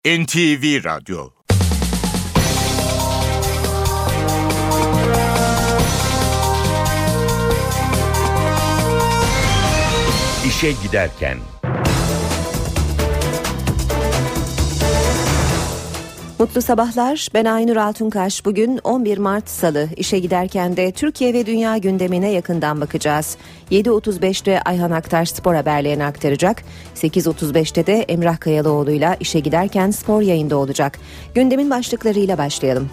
NTV Radyo. İşe giderken. Mutlu sabahlar. Ben Aynur Altunkaş. Bugün 11 Mart Salı. İşe giderken de Türkiye ve dünya gündemine yakından bakacağız. 7.35'te Ayhan Aktaş spor haberlerini aktaracak. 8.35'te de Emrah Kayalıoğlu'yla işe giderken spor yayında olacak. Gündemin başlıklarıyla başlayalım.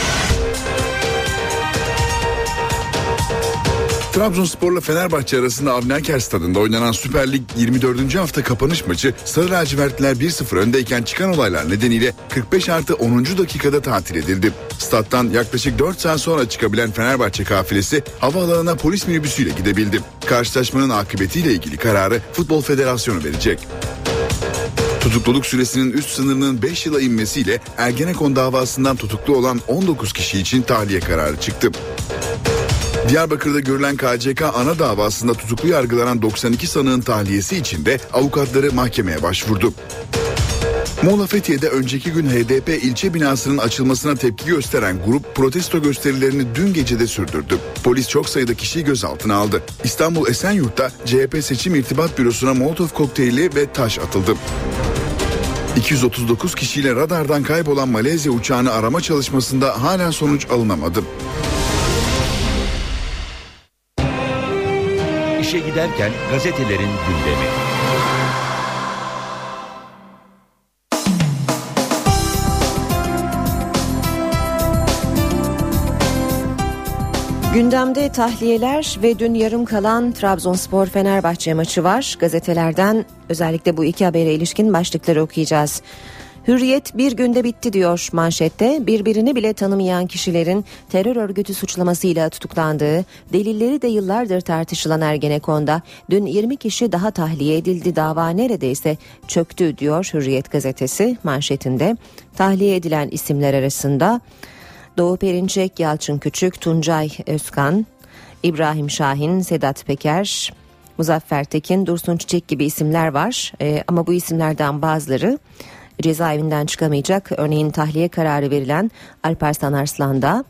Trabzonspor'la Fenerbahçe arasında Avni Aker Stadı'nda oynanan Süper Lig 24. hafta kapanış maçı Sarı Lacivertliler 1-0 öndeyken çıkan olaylar nedeniyle 45+10. dakikada tatil edildi. Stat'tan yaklaşık 4 saat sonra çıkabilen Fenerbahçe kafilesi havaalanına polis minibüsüyle gidebildi. Karşılaşmanın akıbetiyle ilgili kararı Futbol Federasyonu verecek. Tutukluluk süresinin üst sınırının 5 yıla inmesiyle Ergenekon davasından tutuklu olan 19 kişi için tahliye kararı çıktı. Diyarbakır'da görülen KCK ana davasında tutuklu yargılanan 92 sanığın tahliyesi için de avukatları mahkemeye başvurdu. Muğla Fethiye'de önceki gün HDP ilçe binasının açılmasına tepki gösteren grup protesto gösterilerini dün gece de sürdürdü. Polis çok sayıda kişiyi gözaltına aldı. İstanbul Esenyurt'ta CHP Seçim İrtibat Bürosu'na Molotov kokteyli ve taş atıldı. 239 kişiyle radardan kaybolan Malezya uçağını arama çalışmasında hala sonuç alınamadı. İşe giderken gazetelerin gündemi. Gündemde tahliyeler ve dün yarım kalan Trabzonspor-Fenerbahçe maçı var. Gazetelerden özellikle bu iki habere ilişkin başlıkları okuyacağız. Hürriyet bir günde bitti diyor manşette. Birbirini bile tanımayan kişilerin terör örgütü suçlamasıyla tutuklandığı, delilleri de yıllardır tartışılan Ergenekon'da dün 20 kişi daha tahliye edildi. Dava neredeyse çöktü diyor Hürriyet gazetesi manşetinde. Tahliye edilen isimler arasında Doğu Perinçek, Yalçın Küçük, Tuncay Özkan, İbrahim Şahin, Sedat Peker, Muzaffer Tekin, Dursun Çiçek gibi isimler var. Ama bu isimlerden bazıları cezaevinden çıkamayacak. Örneğin tahliye kararı verilen Alparslan Arslan da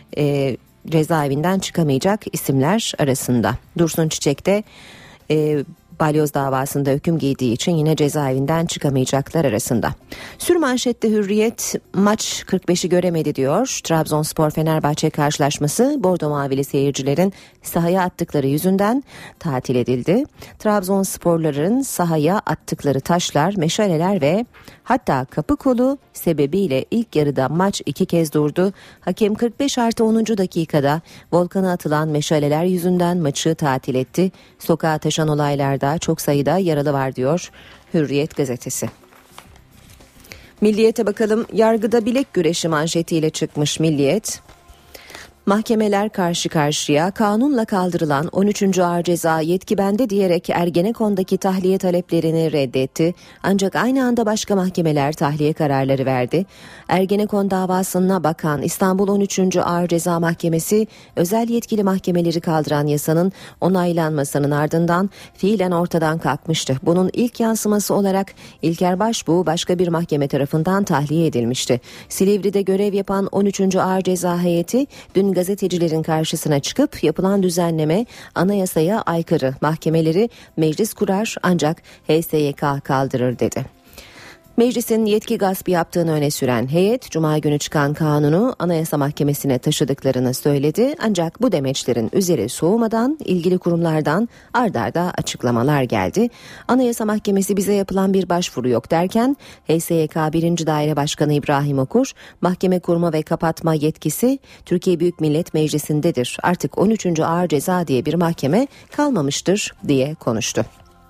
cezaevinden çıkamayacak isimler arasında. Dursun Çiçek de balyoz davasında hüküm giydiği için yine cezaevinden çıkamayacaklar arasında. Sürmanşette Hürriyet maç 45'i göremedi diyor. Trabzonspor-Fenerbahçe karşılaşması Bordo Mavili seyircilerin sahaya attıkları yüzünden tatil edildi. Trabzonsporların sahaya attıkları taşlar, meşaleler ve hatta kapı kolu sebebiyle ilk yarıda maç 2 kez durdu. Hakem 45+10. dakikada Volkan'a atılan meşaleler yüzünden maçı tatil etti. Sokağa taşan olaylarda çok sayıda yaralı var diyor Hürriyet gazetesi. Milliyet'e bakalım. Yargıda bilek güreşi manşetiyle çıkmış Milliyet. Mahkemeler karşı karşıya, kanunla kaldırılan 13. Ağır Ceza yetki bende diyerek Ergenekon'daki tahliye taleplerini reddetti. Ancak aynı anda başka mahkemeler tahliye kararları verdi. Ergenekon davasına bakan İstanbul 13. Ağır Ceza Mahkemesi özel yetkili mahkemeleri kaldıran yasanın onaylanmasının ardından fiilen ortadan kalkmıştı. Bunun ilk yansıması olarak İlker Başbuğ başka bir mahkeme tarafından tahliye edilmişti. Silivri'de görev yapan 13. Ağır Ceza heyeti dün gazetecilerin karşısına çıkıp yapılan düzenleme anayasaya aykırı, mahkemeleri meclis kurar ancak HSYK kaldırır dedi. Meclisin yetki gaspı yaptığını öne süren heyet, Cuma günü çıkan kanunu Anayasa Mahkemesi'ne taşıdıklarını söyledi. Ancak bu demeçlerin üzeri soğumadan ilgili kurumlardan ard arda açıklamalar geldi. Anayasa Mahkemesi bize yapılan bir başvuru yok derken HSYK 1. Daire Başkanı İbrahim Okur, mahkeme kurma ve kapatma yetkisi Türkiye Büyük Millet Meclisi'ndedir. Artık 13. Ağır Ceza diye bir mahkeme kalmamıştır diye konuştu.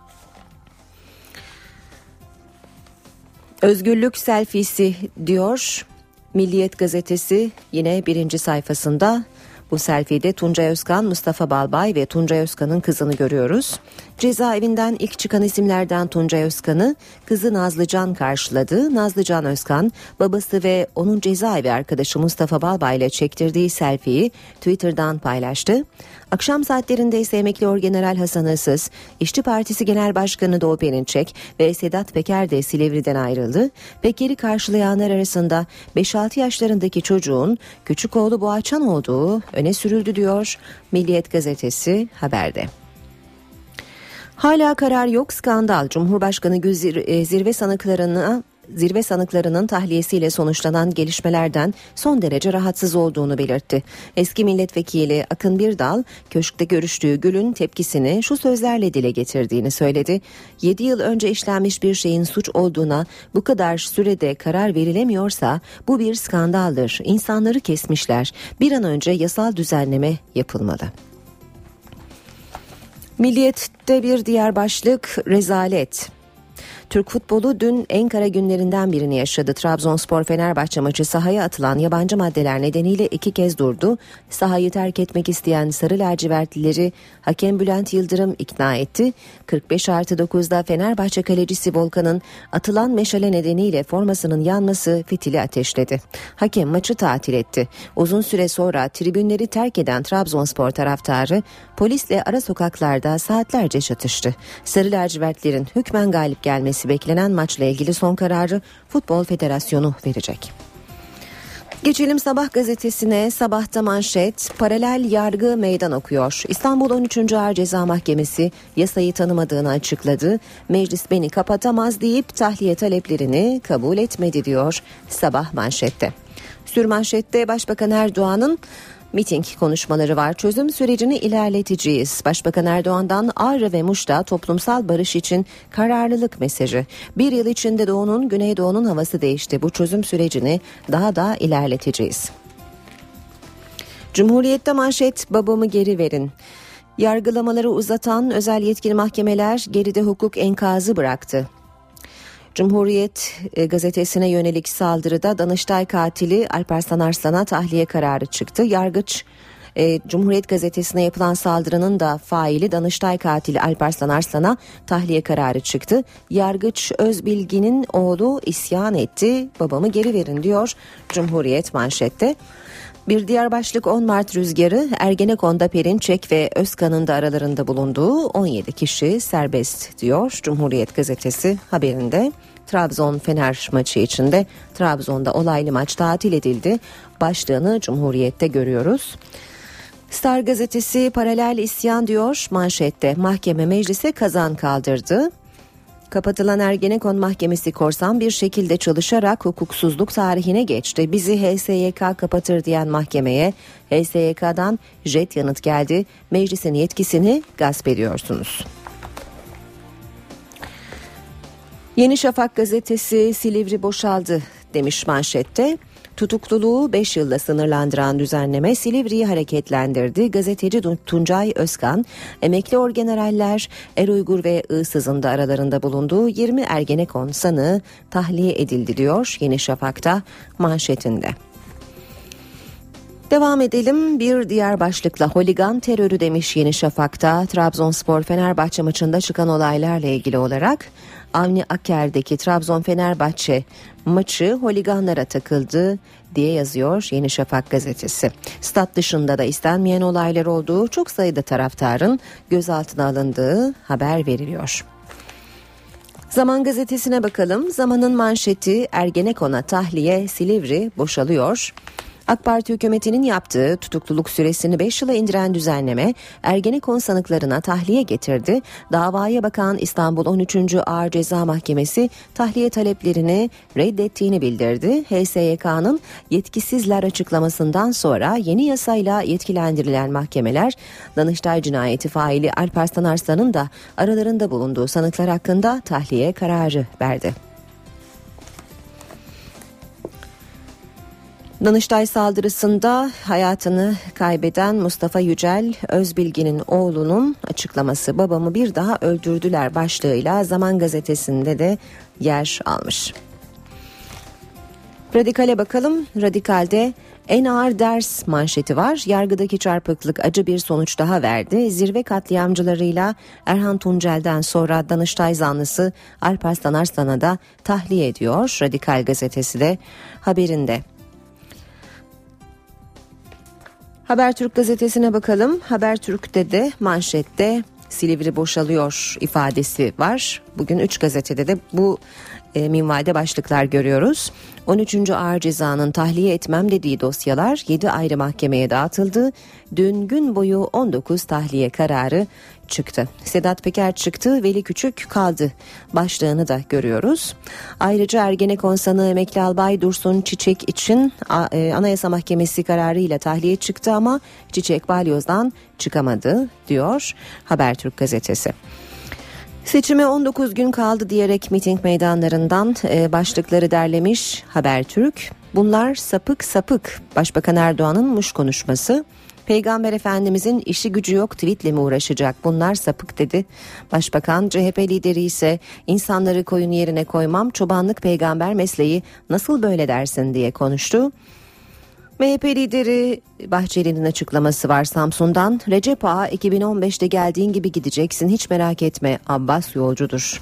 Özgürlük selfisi diyor Milliyet gazetesi yine birinci sayfasında. Bu selfie'de Tuncay Özkan, Mustafa Balbay ve Tuncay Özkan'ın kızını görüyoruz. Cezaevinden ilk çıkan isimlerden Tuncay Özkan'ı kızı Nazlıcan karşıladı. Nazlıcan Özkan, babası ve onun cezaevi arkadaşı Mustafa Balbay ile çektirdiği selfie'yi Twitter'dan paylaştı. Akşam saatlerinde ise emekli Orgeneral Hasan Asız, İşçi Partisi Genel Başkanı Doğu Perinçek ve Sedat Peker de Silivri'den ayrıldı. Peker'i karşılayanlar arasında 5-6 yaşlarındaki çocuğun küçük oğlu Boğaçan olduğu öne sürüldü diyor Milliyet gazetesi haberde. Hala karar yok, skandal. Cumhurbaşkanı Gül zirve sanıklarının tahliyesiyle sonuçlanan gelişmelerden son derece rahatsız olduğunu belirtti. Eski milletvekili Akın Birdal, köşkte görüştüğü Gül'ün tepkisini şu sözlerle dile getirdiğini söyledi. 7 yıl önce işlenmiş bir şeyin suç olduğuna bu kadar sürede karar verilemiyorsa bu bir skandaldır. İnsanları kesmişler. Bir an önce yasal düzenleme yapılmalı. Milliyet'te bir diğer başlık rezalet. Türk futbolu dün en kara günlerinden birini yaşadı. Trabzonspor-Fenerbahçe maçı sahaya atılan yabancı maddeler nedeniyle 2 kez durdu. Sahayı terk etmek isteyen Sarı Lacivertlileri hakem Bülent Yıldırım ikna etti. 45+9'da Fenerbahçe kalecisi Volkan'ın atılan meşale nedeniyle formasının yanması fitili ateşledi. Hakem maçı tatil etti. Uzun süre sonra tribünleri terk eden Trabzonspor taraftarı polisle ara sokaklarda saatlerce çatıştı. Sarı Lacivertlilerin hükmen galip gelmesi beklenen maçla ilgili son kararı Futbol Federasyonu verecek. Geçelim Sabah gazetesine. Sabahta manşet, paralel yargı meydan okuyor. İstanbul 13. Ağır Ceza Mahkemesi yasayı tanımadığını açıkladı. Meclis beni kapatamaz deyip tahliye taleplerini kabul etmedi diyor Sabah manşette. Sürmanşette Başbakan Erdoğan'ın miting konuşmaları var. Çözüm sürecini ilerleteceğiz. Başbakan Erdoğan'dan Ağrı ve Muş'ta toplumsal barış için kararlılık mesajı. Bir yıl içinde Doğu'nun, Güneydoğu'nun havası değişti. Bu çözüm sürecini daha da ilerleteceğiz. Cumhuriyet'te manşet, babamı geri verin. Yargılamaları uzatan özel yetkili mahkemeler geride hukuk enkazı bıraktı. Cumhuriyet gazetesine yönelik saldırıda Danıştay katili Alparslan Arslan'a tahliye kararı çıktı. Yargıç Cumhuriyet gazetesine yapılan saldırının da faili Danıştay katili Alparslan Arslan'a tahliye kararı çıktı. Yargıç Özbilgin'in oğlu isyan etti. Babamı geri verin diyor Cumhuriyet manşette. Bir diğer başlık 10 Mart rüzgarı. Ergenekon'da Perinçek ve Özkan'ın da aralarında bulunduğu 17 kişi serbest diyor Cumhuriyet gazetesi haberinde. Trabzon-Fener maçı içinde Trabzon'da olaylı maç tatil edildi. Başlığını Cumhuriyet'te görüyoruz. Star gazetesi paralel isyan diyor manşette. Mahkeme meclise kazan kaldırdı. Kapatılan Ergenekon Mahkemesi korsan bir şekilde çalışarak hukuksuzluk tarihine geçti. Bizi HSYK kapatır diyen mahkemeye HSYK'dan jet yanıt geldi. Meclisin yetkisini gasp ediyorsunuz. Yeni Şafak gazetesi Silivri boşaldı demiş manşette. Tutukluluğu 5 yılla sınırlandıran düzenleme Silivri'yi hareketlendirdi. Gazeteci Tuncay Özkan, emekli orgeneraller Eruygur ve Iğsız'ın da aralarında bulunduğu 20 Ergenekon sanığı tahliye edildi diyor Yeni Şafak'ta manşetinde. Devam edelim bir diğer başlıkla holigan terörü demiş Yeni Şafak'ta. Trabzonspor-Fenerbahçe maçında çıkan olaylarla ilgili olarak Avni Aker'deki Trabzon-Fenerbahçe maçı holiganlara takıldı diye yazıyor Yeni Şafak gazetesi. Stat dışında da istenmeyen olaylar olduğu, çok sayıda taraftarın gözaltına alındığı haber veriliyor. Zaman gazetesine bakalım. Zamanın manşeti Ergenekon'a tahliye, Silivri boşalıyor. AK Parti hükümetinin yaptığı tutukluluk süresini 5 yıla indiren düzenleme Ergenekon sanıklarına tahliye getirdi. Davaya bakan İstanbul 13. Ağır Ceza Mahkemesi tahliye taleplerini reddettiğini bildirdi. HSYK'nın yetkisizler açıklamasından sonra yeni yasayla yetkilendirilen mahkemeler Danıştay cinayeti faili Alparslan Arslan'ın da aralarında bulunduğu sanıklar hakkında tahliye kararı verdi. Danıştay saldırısında hayatını kaybeden Mustafa Yücel Özbilgin'in oğlunun açıklaması babamı bir daha öldürdüler başlığıyla Zaman gazetesinde de yer almış. Radikale bakalım. Radikal'de en ağır ders manşeti var. Yargıdaki çarpıklık acı bir sonuç daha verdi. Zirve katliamcılarıyla Erhan Tuncel'den sonra Danıştay zanlısı Alparslan Arslan'a da tahliye ediyor. Radikal gazetesi de haberinde. Habertürk gazetesine bakalım. Habertürk'te de manşette Silivri boşalıyor ifadesi var. Bugün 3 gazetede de bu minvalde başlıklar görüyoruz. 13. Ağır Ceza'nın tahliye etmem dediği dosyalar 7 ayrı mahkemeye dağıtıldı. Dün gün boyu 19 tahliye kararı çıktı. Sedat Peker çıktı, Veli Küçük kaldı başlığını da görüyoruz. Ayrıca Ergenekon sanığı emekli albay Dursun Çiçek için Anayasa Mahkemesi kararıyla tahliye çıktı ama Çiçek balyozdan çıkamadı diyor Habertürk gazetesi. Seçime 19 gün kaldı diyerek miting meydanlarından başlıkları derlemiş Habertürk. Bunlar sapık sapık. Başbakan Erdoğan'ın Muş konuşması. Peygamber Efendimizin işi gücü yok tweetle mi uğraşacak? Bunlar sapık dedi. Başbakan CHP lideri ise insanları koyun yerine koymam, çobanlık peygamber mesleği nasıl böyle dersin diye konuştu. MHP lideri Bahçeli'nin açıklaması var Samsun'dan. Recep Ağa 2015'te geldiğin gibi gideceksin, hiç merak etme, Abbas yolcudur.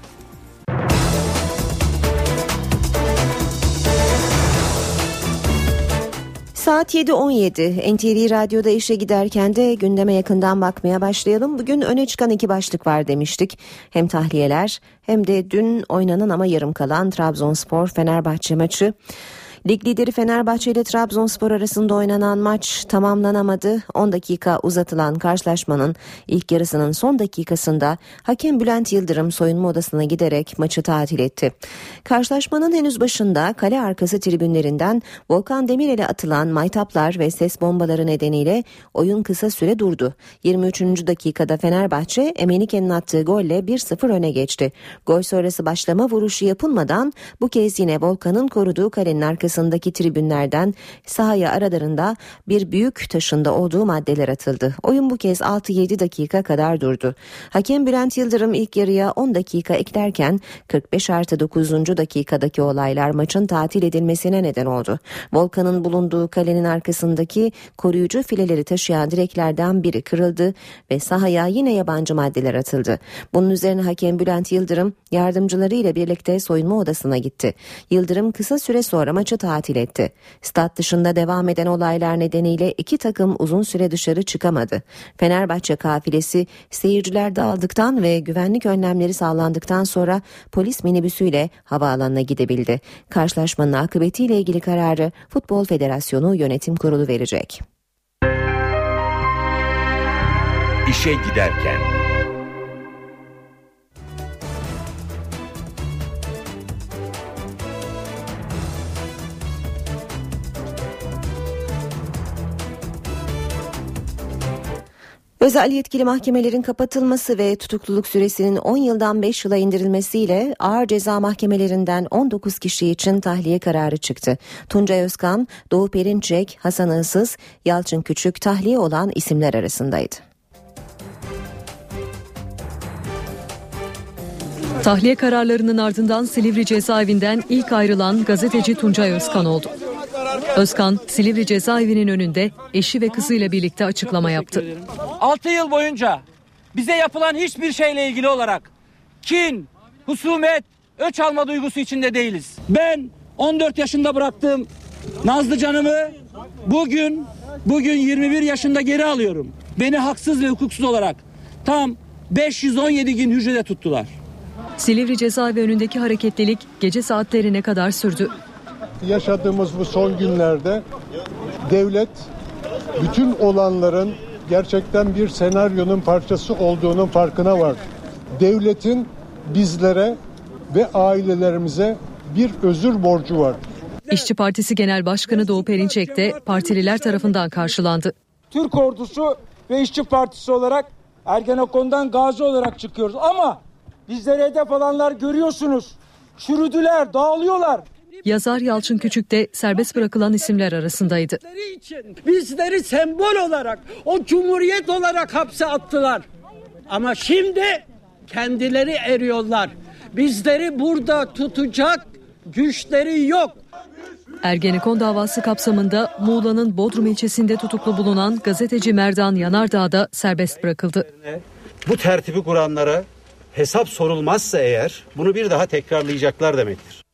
Saat 7.17 NTV Radyo'da işe giderken de gündeme yakından bakmaya başlayalım. Bugün öne çıkan 2 başlık var demiştik. Hem tahliyeler hem de dün oynanan ama yarım kalan Trabzonspor-Fenerbahçe maçı. Lig lideri Fenerbahçe ile Trabzonspor arasında oynanan maç tamamlanamadı. 10 dakika uzatılan karşılaşmanın ilk yarısının son dakikasında hakem Bülent Yıldırım soyunma odasına giderek maçı tatil etti. Karşılaşmanın henüz başında kale arkası tribünlerinden Volkan Demirel'e atılan maytaplar ve ses bombaları nedeniyle oyun kısa süre durdu. 23. dakikada Fenerbahçe Emenike'nin attığı golle 1-0 öne geçti. Gol sonrası başlama vuruşu yapılmadan bu kez yine Volkan'ın koruduğu kalenin arkasındaki tribünlerden sahaya aralarında bir büyük taşında olduğu maddeler atıldı. Oyun bu kez 6-7 dakika kadar durdu. Hakem Bülent Yıldırım ilk yarıya 10 dakika eklerken 45+9. dakikadaki olaylar maçın tatil edilmesine neden oldu. Volkan'ın bulunduğu kalenin arkasındaki koruyucu fileleri taşıyan direklerden biri kırıldı ve sahaya yine yabancı maddeler atıldı. Bunun üzerine hakem Bülent Yıldırım yardımcıları ile birlikte soyunma odasına gitti. Yıldırım kısa süre sonra maçı tatil etti. Stat dışında devam eden olaylar nedeniyle 2 takım uzun süre dışarı çıkamadı. Fenerbahçe kafilesi seyirciler dağıldıktan ve güvenlik önlemleri sağlandıktan sonra polis minibüsüyle havaalanına gidebildi. Karşılaşmanın akıbetiyle ilgili kararı Futbol Federasyonu Yönetim Kurulu verecek. İşe giderken. Özel yetkili mahkemelerin kapatılması ve tutukluluk süresinin 10 yıldan 5 yıla indirilmesiyle ağır ceza mahkemelerinden 19 kişi için tahliye kararı çıktı. Tuncay Özkan, Doğu Perinçek, Hasan Ihsız, Yalçın Küçük tahliye olan isimler arasındaydı. Tahliye kararlarının ardından Silivri cezaevinden ilk ayrılan gazeteci Tuncay Özkan oldu. Özkan, Silivri cezaevinin önünde eşi ve kızıyla birlikte açıklama yaptı. 6 yıl boyunca bize yapılan hiçbir şeyle ilgili olarak kin, husumet, öç alma duygusu içinde değiliz. Ben 14 yaşında bıraktığım Nazlı canımı bugün 21 yaşında geri alıyorum. Beni haksız ve hukuksuz olarak tam 517 gün hücrede tuttular. Silivri cezaevi önündeki hareketlilik gece saatlerine kadar sürdü. Yaşadığımız bu son günlerde devlet bütün olanların gerçekten bir senaryonun parçası olduğunun farkına vardı. Devletin bizlere ve ailelerimize bir özür borcu var. İşçi Partisi Genel Başkanı Doğu Perinçek de partililer tarafından karşılandı. Türk ordusu ve İşçi Partisi olarak Ergenekon'dan gazi olarak çıkıyoruz ama bizleri hedef alanlar görüyorsunuz. Çürüdüler, dağılıyorlar. Yazar Yalçın Küçük de serbest bırakılan isimler arasındaydı. Bizleri sembol olarak, o cumhuriyet olarak hapse attılar. Ama şimdi kendileri eriyorlar. Bizleri burada tutacak güçleri yok. Ergenekon davası kapsamında Muğla'nın Bodrum ilçesinde tutuklu bulunan gazeteci Merdan Yanardağ da serbest bırakıldı. Bu tertibi kuranlara hesap sorulmazsa eğer bunu bir daha tekrarlayacaklar demektir.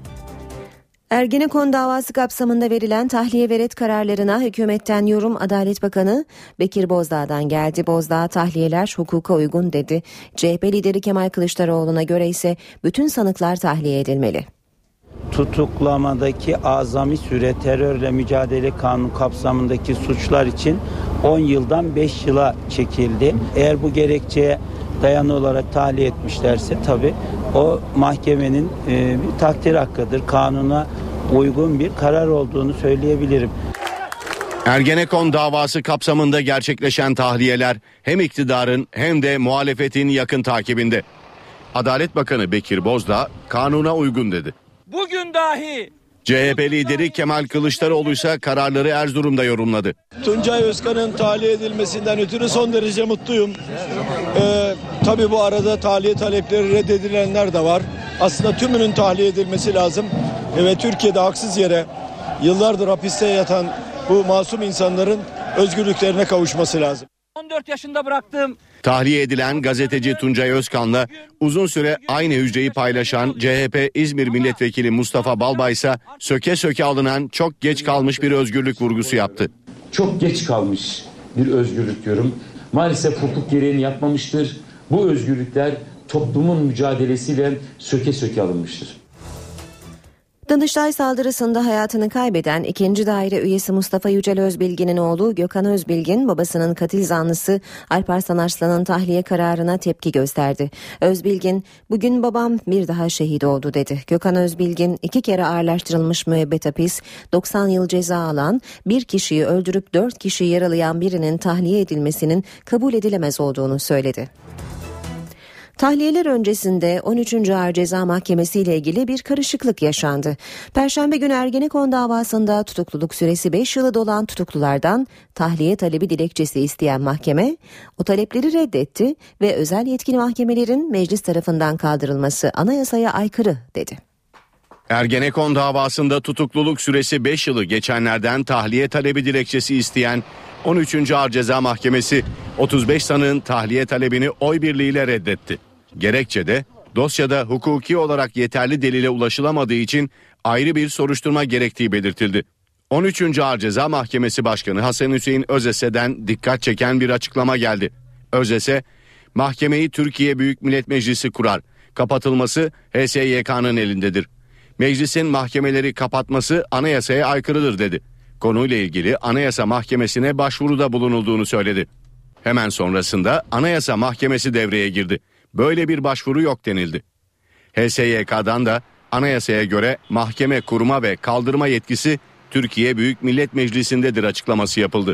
Ergenekon davası kapsamında verilen tahliye ve ret kararlarına hükümetten yorum Adalet Bakanı Bekir Bozdağ'dan geldi. Bozdağ tahliyeler hukuka uygun dedi. CHP lideri Kemal Kılıçdaroğlu'na göre ise bütün sanıklar tahliye edilmeli. Tutuklamadaki azami süre terörle mücadele kanunu kapsamındaki suçlar için 10 yıldan 5 yıla çekildi. Eğer bu gerekçeye dayanı olarak tahliye etmişlerse tabii o mahkemenin bir takdir hakkıdır. Kanuna uygun bir karar olduğunu söyleyebilirim. Ergenekon davası kapsamında gerçekleşen tahliyeler hem iktidarın hem de muhalefetin yakın takibinde. Adalet Bakanı Bekir Bozdağ kanuna uygun dedi. Bugün dahi CHP lideri Kemal Kılıçdaroğlu ise kararları Erzurum'da yorumladı. Tuncay Özkan'ın tahliye edilmesinden ötürü son derece mutluyum. Tabii bu arada tahliye talepleri reddedilenler de var. Aslında tümünün tahliye edilmesi lazım. Ve Türkiye'de haksız yere yıllardır hapiste yatan bu masum insanların özgürlüklerine kavuşması lazım. 14 yaşında bıraktığım Tahliye edilen gazeteci Tuncay Özkan'la uzun süre aynı hücreyi paylaşan CHP İzmir Milletvekili Mustafa Balbay ise söke söke alınan çok geç kalmış bir özgürlük vurgusu yaptı. Çok geç kalmış bir özgürlük diyorum. Maalesef hukuk gereğini yapmamıştır. Bu özgürlükler toplumun mücadelesiyle söke söke alınmıştır. Danıştay saldırısında hayatını kaybeden 2. Daire üyesi Mustafa Yücel Özbilgin'in oğlu Gökhan Özbilgin, babasının katil zanlısı Alparslan Arslan'ın tahliye kararına tepki gösterdi. Özbilgin, "Bugün babam bir daha şehit oldu" dedi. Gökhan Özbilgin, 2 kere ağırlaştırılmış müebbet hapis, 90 yıl ceza alan, bir kişiyi öldürüp 4 kişiyi yaralayan birinin tahliye edilmesinin kabul edilemez olduğunu söyledi. Tahliyeler öncesinde 13. Ağır Ceza Mahkemesi ile ilgili bir karışıklık yaşandı. Perşembe günü Ergenekon davasında tutukluluk süresi 5 yılı dolan tutuklulardan tahliye talebi dilekçesi isteyen mahkeme, o talepleri reddetti ve özel yetkili mahkemelerin meclis tarafından kaldırılması anayasaya aykırı dedi. Ergenekon davasında tutukluluk süresi 5 yılı geçenlerden tahliye talebi dilekçesi isteyen 13. Ağır Ceza Mahkemesi 35 sanığın tahliye talebini oy birliğiyle reddetti. Gerekçede dosyada hukuki olarak yeterli delile ulaşılamadığı için ayrı bir soruşturma gerektiği belirtildi. 13. Ağır Ceza Mahkemesi Başkanı Hasan Hüseyin Özese'den dikkat çeken bir açıklama geldi. Özese, mahkemeyi Türkiye Büyük Millet Meclisi kurar, kapatılması HSYK'nın elindedir. Meclisin mahkemeleri kapatması anayasaya aykırıdır dedi. Konuyla ilgili Anayasa Mahkemesi'ne başvuruda bulunulduğunu söyledi. Hemen sonrasında Anayasa Mahkemesi devreye girdi. Böyle bir başvuru yok denildi. HSYK'dan da anayasaya göre mahkeme kurma ve kaldırma yetkisi Türkiye Büyük Millet Meclisi'ndedir açıklaması yapıldı.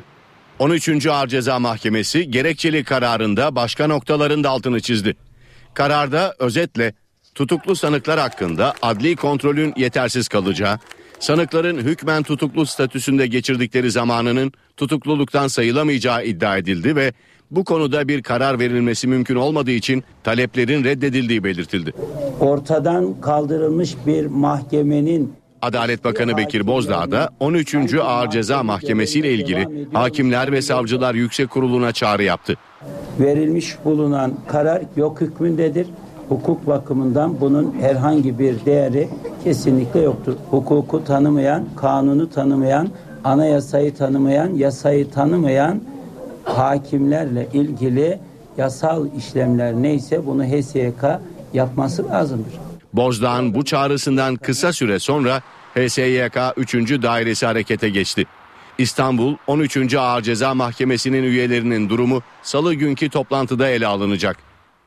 13. Ağır Ceza Mahkemesi gerekçeli kararında başka noktaların da altını çizdi. Kararda özetle tutuklu sanıklar hakkında adli kontrolün yetersiz kalacağı, sanıkların hükmen tutuklu statüsünde geçirdikleri zamanının tutukluluktan sayılamayacağı iddia edildi ve bu konuda bir karar verilmesi mümkün olmadığı için taleplerin reddedildiği belirtildi. Ortadan kaldırılmış bir mahkemenin Adalet Bakanı Bekir Bozdağ da 13. Ağır Ceza Mahkemesi ile ilgili Hakimler ve Savcılar Yüksek Kurulu'na çağrı yaptı. Verilmiş bulunan karar yok hükmündedir. Hukuk bakımından bunun herhangi bir değeri kesinlikle yoktur. Hukuku tanımayan, kanunu tanımayan, anayasayı tanımayan, yasayı tanımayan hakimlerle ilgili yasal işlemler neyse bunu HSYK yapması lazımdır. Bozdağ'ın bu çağrısından kısa süre sonra HSYK 3. Dairesi harekete geçti. İstanbul 13. Ağır Ceza Mahkemesi'nin üyelerinin durumu salı günkü toplantıda ele alınacak.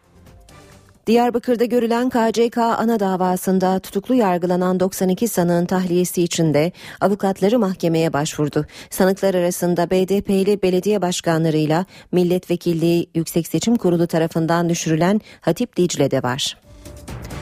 Diyarbakır'da görülen KCK ana davasında tutuklu yargılanan 92 sanığın tahliyesi için de avukatları mahkemeye başvurdu. Sanıklar arasında BDP'li belediye başkanlarıyla Milletvekilliği Yüksek Seçim Kurulu tarafından düşürülen Hatip Dicle de var.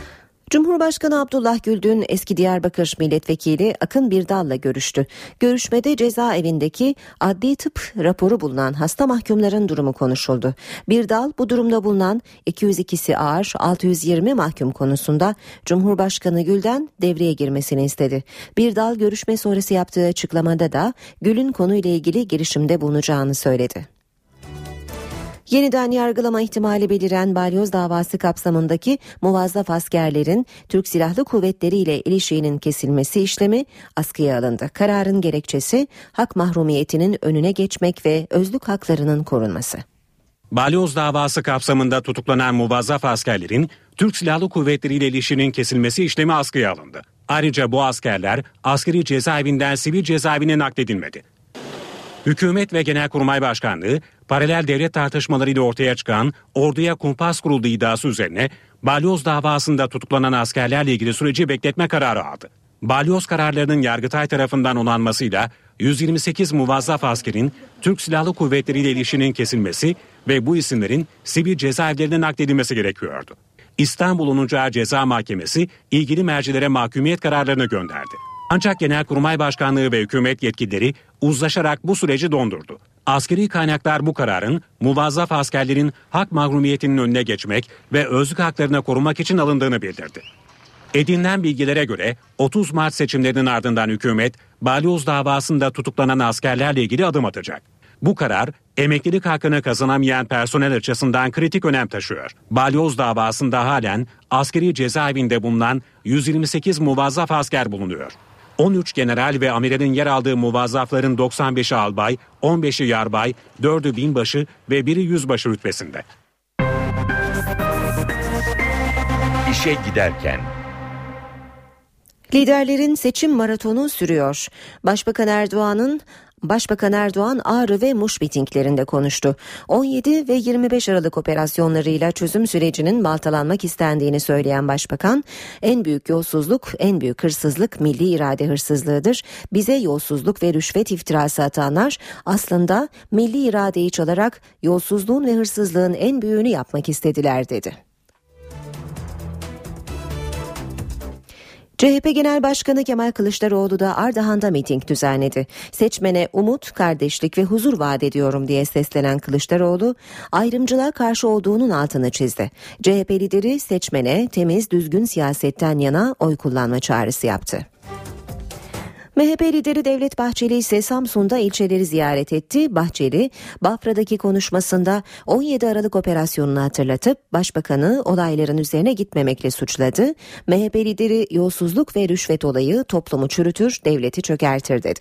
Cumhurbaşkanı Abdullah Gül dün eski Diyarbakır Milletvekili Akın Birdal'la görüştü. Görüşmede cezaevindeki adli tıp raporu bulunan hasta mahkumların durumu konuşuldu. Birdal bu durumda bulunan 202'si ağır 620 mahkum konusunda Cumhurbaşkanı Gül'den devreye girmesini istedi. Birdal görüşme sonrası yaptığı açıklamada da Gül'ün konuyla ilgili girişimde bulunacağını söyledi. Yeniden yargılama ihtimali beliren balyoz davası kapsamındaki muvazzaf askerlerin Türk Silahlı Kuvvetleri ile ilişiğinin kesilmesi işlemi askıya alındı. Kararın gerekçesi hak mahrumiyetinin önüne geçmek ve özlük haklarının korunması. Balyoz davası kapsamında tutuklanan muvazzaf askerlerin Türk Silahlı Kuvvetleri ile ilişiğinin kesilmesi işlemi askıya alındı. Ayrıca bu askerler askeri cezaevinden sivil cezaevine nakledilmedi. Hükümet ve Genelkurmay Başkanlığı paralel devlet tartışmalarıyla ortaya çıkan orduya kumpas kurulduğu iddiası üzerine balyoz davasında tutuklanan askerlerle ilgili süreci bekletme kararı aldı. Balyoz kararlarının Yargıtay tarafından onanmasıyla 128 muvazzaf askerin Türk Silahlı Kuvvetleri ile ilişkinin kesilmesi ve bu isimlerin sivil cezaevlerine nakledilmesi gerekiyordu. İstanbul 10. Ağır Ceza Mahkemesi ilgili mercilere mahkumiyet kararlarını gönderdi. Ancak Genelkurmay Başkanlığı ve hükümet yetkilileri uzlaşarak bu süreci dondurdu. Askeri kaynaklar bu kararın muvazzaf askerlerin hak mahrumiyetinin önüne geçmek ve özlük haklarını korumak için alındığını bildirdi. Edinilen bilgilere göre 30 Mart seçimlerinin ardından hükümet balyoz davasında tutuklanan askerlerle ilgili adım atacak. Bu karar emeklilik hakkını kazanamayan personel açısından kritik önem taşıyor. Balyoz davasında halen askeri cezaevinde bulunan 128 muvazzaf asker bulunuyor. 13 general ve amiralin yer aldığı muvazzafların 95'i albay, 15'i yarbay, 4'ü binbaşı ve 1'i yüzbaşı rütbesinde. İşe giderken. Liderlerin seçim maratonu sürüyor. Başbakan Erdoğan Ağrı ve Muş mitinglerinde konuştu. 17 ve 25 Aralık operasyonlarıyla çözüm sürecinin baltalanmak istendiğini söyleyen başbakan, en büyük yolsuzluk, en büyük hırsızlık milli irade hırsızlığıdır. Bize yolsuzluk ve rüşvet iftirası atanlar aslında milli iradeyi çalarak yolsuzluğun ve hırsızlığın en büyüğünü yapmak istediler dedi. CHP Genel Başkanı Kemal Kılıçdaroğlu da Ardahan'da miting düzenledi. Seçmene umut, kardeşlik ve huzur vaat ediyorum diye seslenen Kılıçdaroğlu, ayrımcılığa karşı olduğunun altını çizdi. CHP lideri seçmene temiz, düzgün siyasetten yana oy kullanma çağrısı yaptı. MHP lideri Devlet Bahçeli ise Samsun'da ilçeleri ziyaret etti. Bahçeli, Bafra'daki konuşmasında 17 Aralık operasyonunu hatırlatıp başbakanı olayların üzerine gitmemekle suçladı. MHP lideri yolsuzluk ve rüşvet olayı toplumu çürütür, devleti çökertir dedi.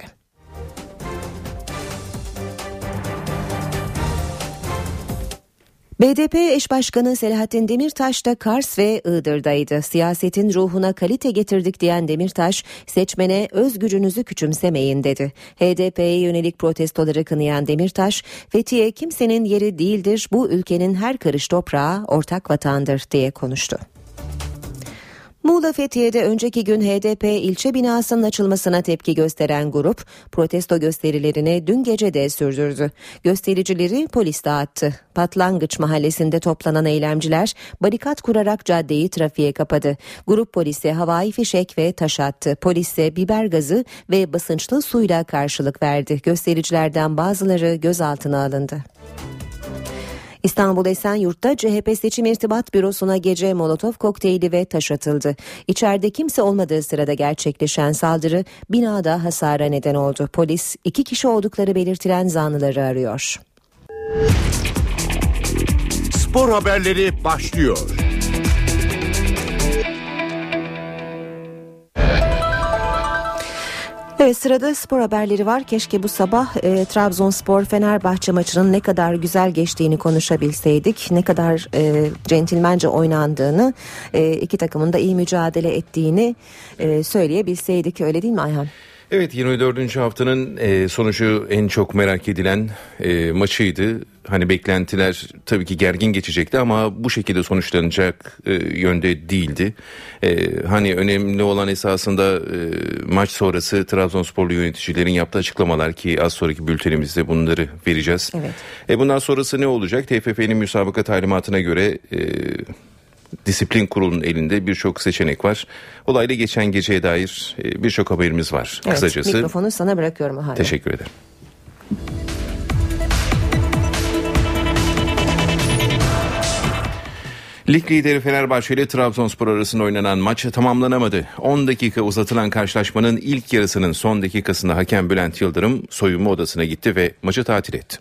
BDP eş başkanı Selahattin Demirtaş da Kars ve Iğdır'daydı. Siyasetin ruhuna kalite getirdik diyen Demirtaş, seçmene öz gücünüzü küçümsemeyin dedi. HDP'ye yönelik protestoları kınayan Demirtaş, Fethiye kimsenin yeri değildir, bu ülkenin her karış toprağı ortak vatandır diye konuştu. Muğla Fethiye'de önceki gün HDP ilçe binasının açılmasına tepki gösteren grup protesto gösterilerini dün gece de sürdürdü. Göstericileri polis dağıttı. Patlangıç mahallesinde toplanan eylemciler barikat kurarak caddeyi trafiğe kapadı. Grup polise havai fişek ve taş attı. Polise biber gazı ve basınçlı suyla karşılık verdi. Göstericilerden bazıları gözaltına alındı. İstanbul Esenyurt'ta CHP Seçim İrtibat Bürosu'na gece molotof kokteyli ve taş atıldı. İçeride kimse olmadığı sırada gerçekleşen saldırı binada hasara neden oldu. Polis 2 kişi oldukları belirtilen zanlıları arıyor. Spor haberleri başlıyor. Evet, sırada spor haberleri var. Keşke bu sabah Trabzonspor-Fenerbahçe maçının ne kadar güzel geçtiğini konuşabilseydik. Ne kadar centilmence oynandığını, iki takımın da iyi mücadele ettiğini söyleyebilseydik. Öyle değil mi Ayhan? Evet, 24. haftanın sonucu en çok merak edilen maçıydı. Hani beklentiler tabii ki gergin geçecekti ama bu şekilde sonuçlanacak yönde değildi. Hani önemli olan esasında maç sonrası Trabzonsporlu yöneticilerin yaptığı açıklamalar ki az sonraki bültenimizde bunları vereceğiz. Evet. Bundan sonrası ne olacak? TFF'nin müsabaka talimatına göre Disiplin Kurulu'nun elinde birçok seçenek var. Olayla geçen geceye dair birçok haberimiz var. Evet, kısacası. Mikrofonu sana bırakıyorum hala. Teşekkür ederim. Lig lideri Fenerbahçe ile Trabzonspor arasında oynanan maç tamamlanamadı. 10 dakika uzatılan karşılaşmanın ilk yarısının son dakikasında hakem Bülent Yıldırım soyunma odasına gitti ve maçı tatil etti.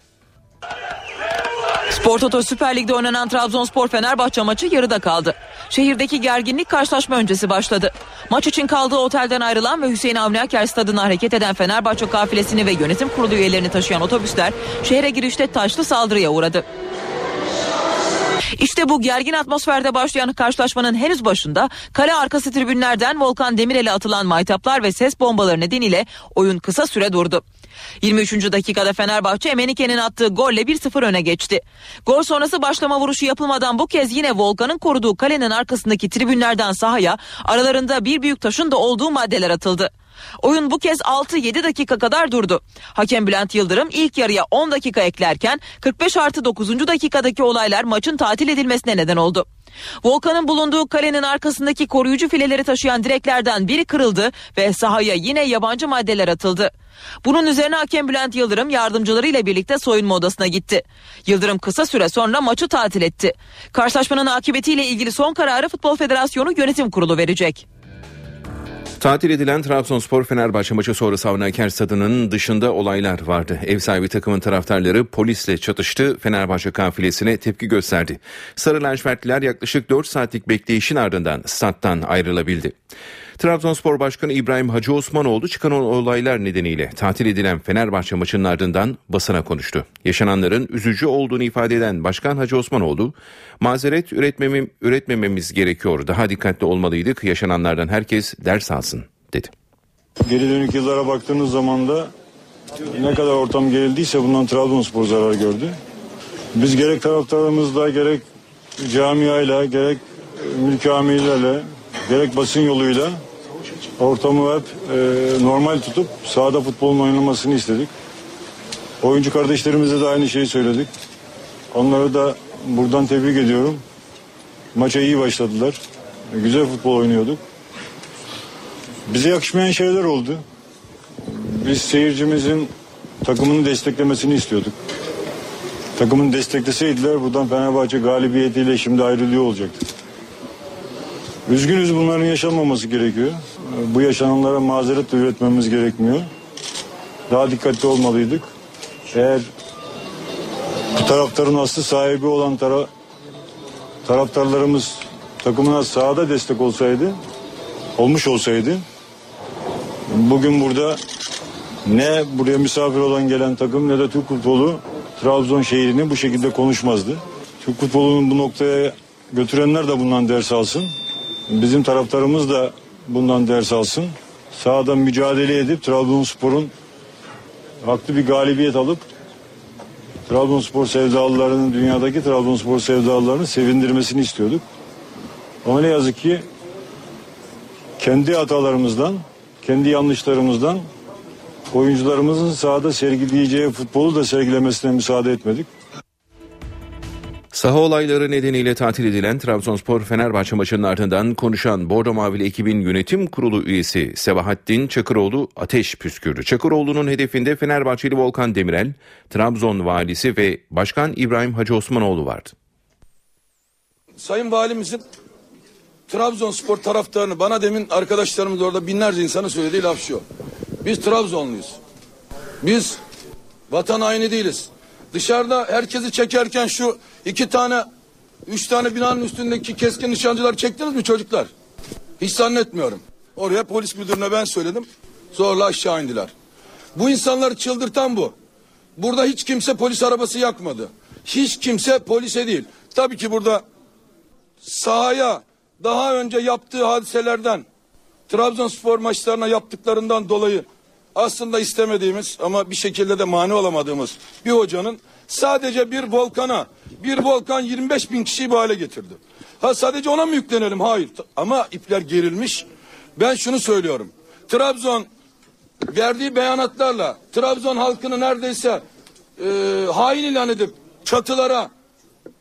Spor Toto Süper Lig'de oynanan Trabzonspor-Fenerbahçe maçı yarıda kaldı. Şehirdeki gerginlik karşılaşma öncesi başladı. Maç için kaldığı otelden ayrılan ve Hüseyin Avni Aker stadına hareket eden Fenerbahçe kafilesini ve yönetim kurulu üyelerini taşıyan otobüsler şehre girişte taşlı saldırıya uğradı. İşte bu gergin atmosferde başlayan karşılaşmanın henüz başında kale arkası tribünlerden Volkan Demirel'e atılan maytaplar ve ses bombaları nedeniyle oyun kısa süre durdu. 23. dakikada Fenerbahçe Emenike'nin attığı golle 1-0 öne geçti. Gol sonrası başlama vuruşu yapılmadan bu kez yine Volkan'ın koruduğu kalenin arkasındaki tribünlerden sahaya aralarında bir büyük taşın da olduğu maddeler atıldı. Oyun bu kez 6-7 dakika kadar durdu. Hakem Bülent Yıldırım ilk yarıya 10 dakika eklerken 45+9. dakikadaki olaylar maçın tatil edilmesine neden oldu. Volkan'ın bulunduğu kalenin arkasındaki koruyucu fileleri taşıyan direklerden biri kırıldı ve sahaya yine yabancı maddeler atıldı. Bunun üzerine hakem Bülent Yıldırım yardımcılarıyla birlikte soyunma odasına gitti. Yıldırım kısa süre sonra maçı tatil etti. Karşılaşmanın akıbetiyle ilgili son kararı Futbol Federasyonu Yönetim Kurulu verecek. Tatil edilen Trabzonspor-Fenerbahçe maçı sonrası Avni Aker stadının dışında olaylar vardı. Ev sahibi takımın taraftarları polisle çatıştı, Fenerbahçe kafilesine tepki gösterdi. Sarı lacivertliler yaklaşık 4 saatlik bekleyişin ardından stat'tan ayrılabildi. Trabzonspor Başkanı İbrahim Hacı Osmanoğlu çıkan olaylar nedeniyle tatil edilen Fenerbahçe maçının ardından basına konuştu. Yaşananların üzücü olduğunu ifade eden Başkan Hacı Osmanoğlu, mazeret üretmememiz gerekiyor, daha dikkatli olmalıydık, yaşananlardan herkes ders alsın dedi. Geri dönük yıllara baktığınız zaman da ne kadar ortam gerildiyse bundan Trabzonspor zarar gördü. Biz gerek taraftarımızla, gerek camiayla, gerek mülki amirlerle, gerek basın yoluyla ortamı hep normal tutup sahada futbolun oynanmasını istedik. Oyuncu kardeşlerimize de aynı şeyi söyledik. Onları da buradan tebrik ediyorum. Maça iyi başladılar. Güzel futbol oynuyorduk. Bize yakışmayan şeyler oldu. Biz seyircimizin takımını desteklemesini istiyorduk. Takımını destekleseydiler buradan Fenerbahçe galibiyetiyle şimdi ayrılıyor olacaktı. Üzgünüz, bunların yaşanmaması gerekiyor. Bu yaşananlara mazeret de üretmemiz gerekmiyor. Daha dikkatli olmalıydık. Eğer bu taraftarın aslı sahibi olan taraftarlarımız takımına sahada destek olmuş olsaydı bugün burada ne buraya misafir olan gelen takım ne de Türk futbolu Trabzon şehrini bu şekilde konuşmazdı. Türk futbolunun bu noktaya götürenler de bundan ders alsın. Bizim taraftarımız da bundan ders alsın. Sahada mücadele edip Trabzonspor'un haklı bir galibiyet alıp Trabzonspor sevdalılarının, dünyadaki Trabzonspor sevdalılarını sevindirmesini istiyorduk. Ama ne yazık ki kendi hatalarımızdan, kendi yanlışlarımızdan oyuncularımızın sahada sergileyeceği futbolu da sergilemesine müsaade etmedik. Saha olayları nedeniyle tatil edilen Trabzonspor-Fenerbahçe maçının ardından konuşan Bordo Mavili ekibin yönetim kurulu üyesi Sebahattin Çakıroğlu ateş püskürdü. Çakıroğlu'nun hedefinde Fenerbahçeli Volkan Demirel, Trabzon valisi ve Başkan İbrahim Hacı Osmanoğlu vardı. Sayın Valimizin Trabzonspor taraftarını, bana demin arkadaşlarımız orada binlerce insanın söylediği laf şu: biz Trabzonluyuz. Biz vatan haini değiliz. Dışarıda herkesi çekerken şu 3 tane binanın üstündeki keskin nişancılar çektiniz mi çocuklar? Hiç zannetmiyorum. Oraya polis müdürüne ben söyledim. Zorla aşağı indiler. Bu insanları çıldırtan bu. Burada hiç kimse polis arabası yakmadı. Hiç kimse polise değil. Tabii ki burada sahaya daha önce yaptığı hadiselerden, Trabzonspor maçlarına yaptıklarından dolayı aslında istemediğimiz ama bir şekilde de mani olamadığımız bir hocanın sadece bir volkan 25 bin kişiyi bu hale getirdi. Sadece ona mı yüklenelim? Hayır. Ama ipler gerilmiş. Ben şunu söylüyorum. Trabzon verdiği beyanatlarla Trabzon halkını neredeyse hain ilan edip çatılara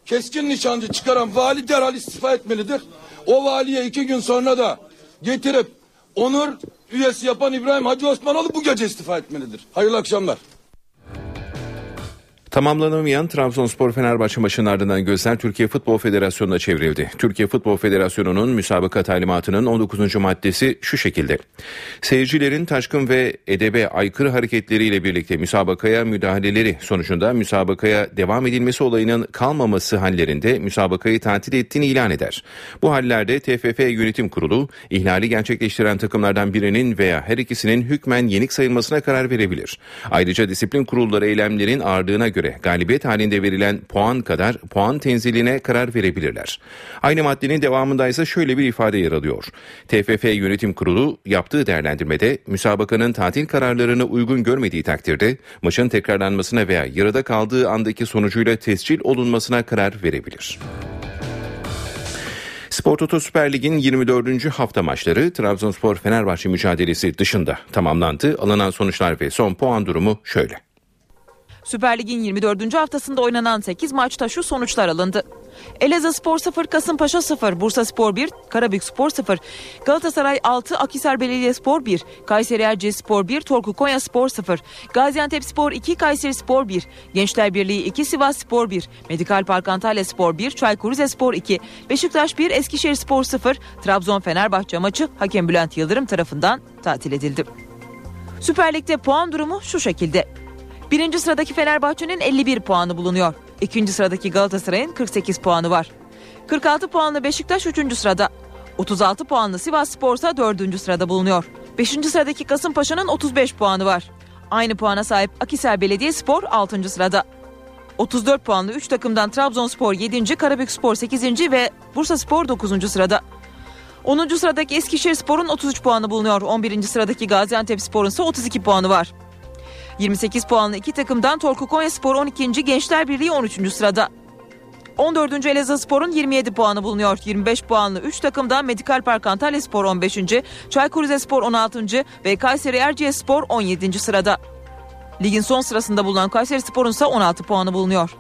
keskin nişancı çıkaran vali derhal istifa etmelidir. O valiye 2 gün sonra da getirip onur üyesi yapan İbrahim Hacı Osmanoğlu bu gece istifa etmelidir. Hayırlı akşamlar. Tamamlanamayan Trabzonspor-Fenerbahçe maçının ardından gözler Türkiye Futbol Federasyonu'na çevrildi. Türkiye Futbol Federasyonu'nun müsabaka talimatının 19. maddesi şu şekilde. Seyircilerin taşkın ve edebe aykırı hareketleriyle birlikte müsabakaya müdahaleleri sonucunda müsabakaya devam edilmesi olayının kalmaması hallerinde müsabakayı tatil ettiğini ilan eder. Bu hallerde TFF Yönetim Kurulu ihlali gerçekleştiren takımlardan birinin veya her ikisinin hükmen yenik sayılmasına karar verebilir. Ayrıca disiplin kurulları eylemlerin ağırlığına göre galibiyet halinde verilen puan kadar puan tenziline karar verebilirler. Aynı maddenin devamında ise şöyle bir ifade yer alıyor. TFF Yönetim Kurulu yaptığı değerlendirmede müsabakanın tatil kararlarını uygun görmediği takdirde maçın tekrarlanmasına veya yarıda kaldığı andaki sonucuyla tescil olunmasına karar verebilir. Spor Toto Süper Lig'in 24. hafta maçları Trabzonspor-Fenerbahçe mücadelesi dışında tamamlandı. Alınan sonuçlar ve son puan durumu şöyle. Süper Lig'in 24. haftasında oynanan 8 maçta şu sonuçlar alındı. Elazığspor 0, Kasımpaşa 0, Bursaspor 1, Karabükspor 0, Galatasaray 6, Akhisar Belediyespor 1, Kayseri Erciyesspor 1, Torku Konyaspor 0, Gaziantepspor 2, Kayserispor 1, Gençler Birliği 2, Sivasspor 1, Medikal Park Antalyaspor 1, Çaykur Rizespor 2, Beşiktaş 1, Eskişehirspor 0, Trabzon-Fenerbahçe maçı hakem Bülent Yıldırım tarafından tatil edildi. Süper Lig'de puan durumu şu şekilde. 1. sıradaki Fenerbahçe'nin 51 puanı bulunuyor. 2. sıradaki Galatasaray'ın 48 puanı var. 46 puanlı Beşiktaş 3. sırada. 36 puanlı Sivasspor ise 4. sırada bulunuyor. 5. sıradaki Kasımpaşa'nın 35 puanı var. Aynı puana sahip Akhisar Belediyespor 6. sırada. 34 puanlı 3 takımdan Trabzonspor 7. Karabükspor 8. ve Bursaspor 9. sırada. 10. sıradaki Eskişehirspor'un 33 puanı bulunuyor. 11. sıradaki Gaziantepspor'un ise 32 puanı var. 28 puanlı 2 takımdan Torku Konyaspor 12. Gençler Birliği 13. sırada. 14. Elazığspor'un 27 puanı bulunuyor. 25 puanlı 3 takımdan Medikal Park Antalyaspor 15. Çaykur Rizespor 16. ve Kayseri Erciyesspor 17. sırada. Ligin son sırasında bulunan Kayserispor'un ise 16 puanı bulunuyor.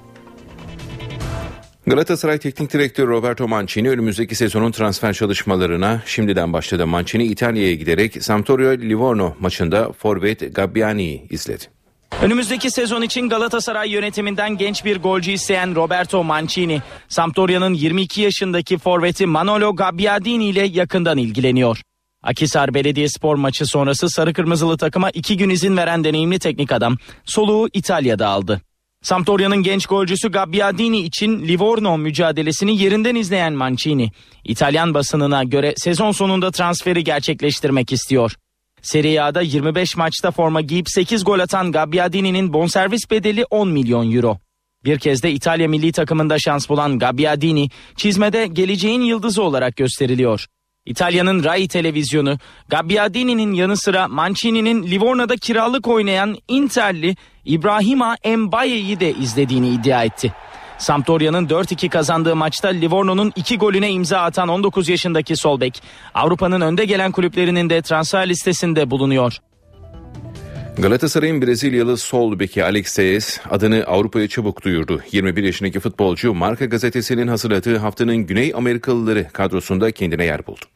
Galatasaray Teknik Direktörü Roberto Mancini önümüzdeki sezonun transfer çalışmalarına şimdiden başladı. Mancini İtalya'ya giderek Sampdoria Livorno maçında forvet Gabbiani'yi izledi. Önümüzdeki sezon için Galatasaray yönetiminden genç bir golcü isteyen Roberto Mancini, Sampdoria'nın 22 yaşındaki forveti Manolo Gabbiadini ile yakından ilgileniyor. Akhisar Belediyespor maçı sonrası sarı kırmızılı takıma 2 gün izin veren deneyimli teknik adam soluğu İtalya'da aldı. Sampdoria'nın genç golcüsü Gabbiadini için Livorno mücadelesini yerinden izleyen Mancini, İtalyan basınına göre sezon sonunda transferi gerçekleştirmek istiyor. Serie A'da 25 maçta forma giyip 8 gol atan Gabbiadini'nin bonservis bedeli 10 milyon euro. Bir kez de İtalya milli takımında şans bulan Gabbiadini, çizmede geleceğin yıldızı olarak gösteriliyor. İtalya'nın Rai televizyonu, Gabbiadini'nin yanı sıra Mancini'nin Livorno'da kiralık oynayan Interli Ibrahima Mbaye'yi de izlediğini iddia etti. Sampdoria'nın 4-2 kazandığı maçta Livorno'nun 2 golüne imza atan 19 yaşındaki sol bek, Avrupa'nın önde gelen kulüplerinin de transfer listesinde bulunuyor. Galatasaray'ın Brezilyalı sol beki Alex Telles adını Avrupa'ya çabuk duyurdu. 21 yaşındaki futbolcu Marca gazetesinin hazırladığı haftanın Güney Amerikalıları kadrosunda kendine yer buldu.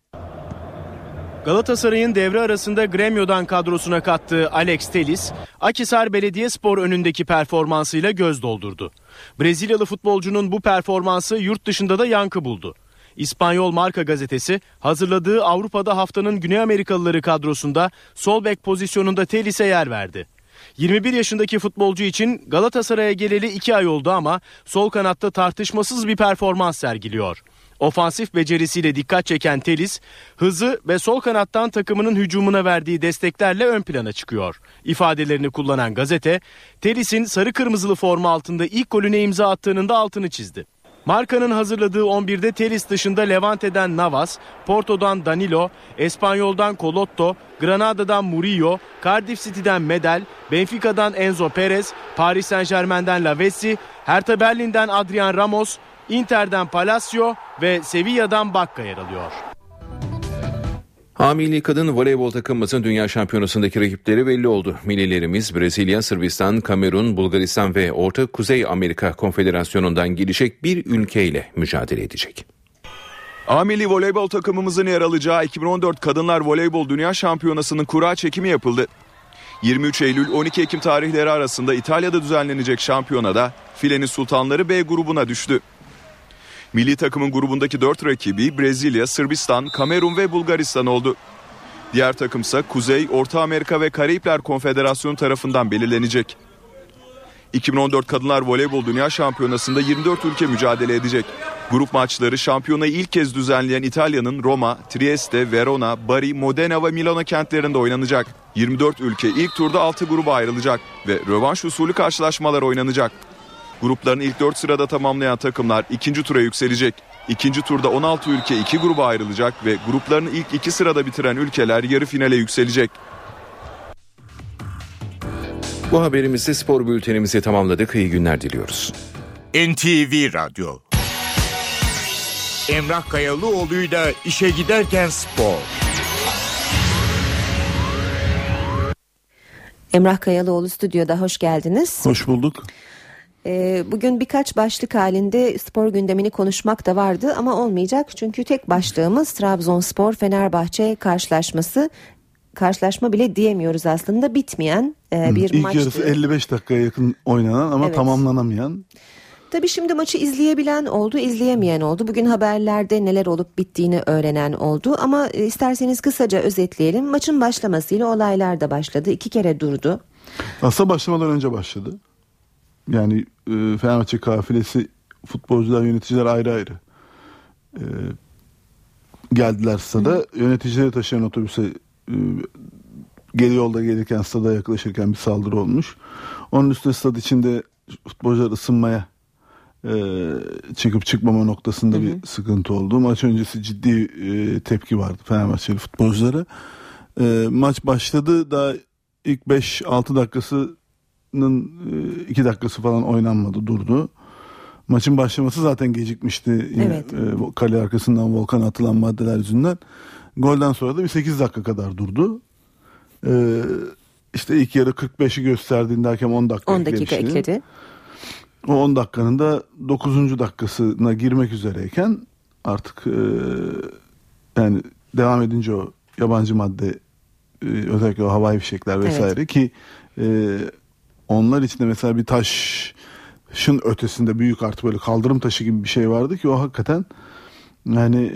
Galatasaray'ın devre arasında Grêmio'dan kadrosuna kattığı Alex Telles, Akhisar Belediyespor önündeki performansıyla göz doldurdu. Brezilyalı futbolcunun bu performansı yurt dışında da yankı buldu. İspanyol Marca gazetesi hazırladığı Avrupa'da haftanın Güney Amerikalıları kadrosunda sol bek pozisyonunda Telles'e yer verdi. 21 yaşındaki futbolcu için Galatasaray'a geleli 2 ay oldu ama sol kanatta tartışmasız bir performans sergiliyor. Ofansif becerisiyle dikkat çeken Telles, hızı ve sol kanattan takımının hücumuna verdiği desteklerle ön plana çıkıyor. İfadelerini kullanan gazete, Telles'in sarı kırmızılı forma altında ilk golüne imza attığının da altını çizdi. Marca'nın hazırladığı 11'de Telles dışında Levante'den Navas, Porto'dan Danilo, Espanyol'dan Colotto, Granada'dan Murillo, Cardiff City'den Medel, Benfica'dan Enzo Perez, Paris Saint-Germain'den Lavezzi, Hertha Berlin'den Adrian Ramos, Inter'den Palacio ve Sevilla'dan Bakka yer alıyor. Milli kadın voleybol takımımızın dünya şampiyonasındaki rakipleri belli oldu. Millilerimiz Brezilya, Sırbistan, Kamerun, Bulgaristan ve Orta Kuzey Amerika Konfederasyonu'ndan gelecek bir ülkeyle mücadele edecek. Milli voleybol takımımızın yer alacağı 2014 Kadınlar Voleybol Dünya Şampiyonası'nın kura çekimi yapıldı. 23 Eylül 12 Ekim tarihleri arasında İtalya'da düzenlenecek şampiyonada filenin sultanları B grubuna düştü. Milli takımın grubundaki 4 rakibi Brezilya, Sırbistan, Kamerun ve Bulgaristan oldu. Diğer takımsa Kuzey, Orta Amerika ve Karayipler Konfederasyonu tarafından belirlenecek. 2014 Kadınlar Voleybol Dünya Şampiyonası'nda 24 ülke mücadele edecek. Grup maçları şampiyonayı ilk kez düzenleyen İtalya'nın Roma, Trieste, Verona, Bari, Modena ve Milano kentlerinde oynanacak. 24 ülke ilk turda 6 gruba ayrılacak ve rövanş usulü karşılaşmalar oynanacak. Grupların ilk 4 sırada tamamlayan takımlar ikinci tura yükselecek. İkinci turda 16 ülke 2 gruba ayrılacak ve gruplarını ilk 2 sırada bitiren ülkeler yarı finale yükselecek. Bu haberimizde spor bültenimizi tamamladık. İyi günler diliyoruz. NTV Radyo. Emrah Kayalıoğlu'yla işe giderken spor. Emrah Kayalıoğlu stüdyoda, hoş geldiniz. Hoş bulduk. Bugün birkaç başlık halinde spor gündemini konuşmak da vardı ama olmayacak. Çünkü tek başlığımız Trabzonspor-Fenerbahçe karşılaşması. Karşılaşma bile diyemiyoruz aslında, bitmeyen bir İlk maçtı. yarısı 55 dakikaya yakın oynanan ama tamamlanamayan. Tabii şimdi maçı izleyebilen oldu, izleyemeyen oldu. Bugün haberlerde neler olup bittiğini öğrenen oldu. Ama isterseniz kısaca özetleyelim. Maçın başlamasıyla olaylar da başladı. 2 kere durdu. Aslında başlamadan önce başladı. Yani Fenerbahçe kafilesi, futbolcular, yöneticiler ayrı ayrı geldiler stada. Yöneticileri taşıyan otobüse geri yolda gelirken, stada yaklaşırken bir saldırı olmuş. Onun üstüne stad içinde futbolcular ısınmaya çıkıp çıkmama noktasında bir sıkıntı oldu. Maç öncesi ciddi tepki vardı Fenerbahçeli futbolculara. Maç başladı, daha ilk 5-6 dakikasının 2 dakikası falan oynanmadı, durdu. Maçın başlaması zaten gecikmişti. Yine, kale arkasından Volkan'a atılan maddeler yüzünden. Golden sonra da bir 8 dakika kadar durdu. İşte ilk yarı 45'i gösterdiğinde hakem 10 dakika ekledi. O 10 dakikanın da 9. dakikasına girmek üzereyken artık yani devam edince o yabancı madde, özellikle o havai fişekler vesaire ki onlar içinde mesela bir taşın ötesinde büyük, artık böyle kaldırım taşı gibi bir şey vardı ki o hakikaten yani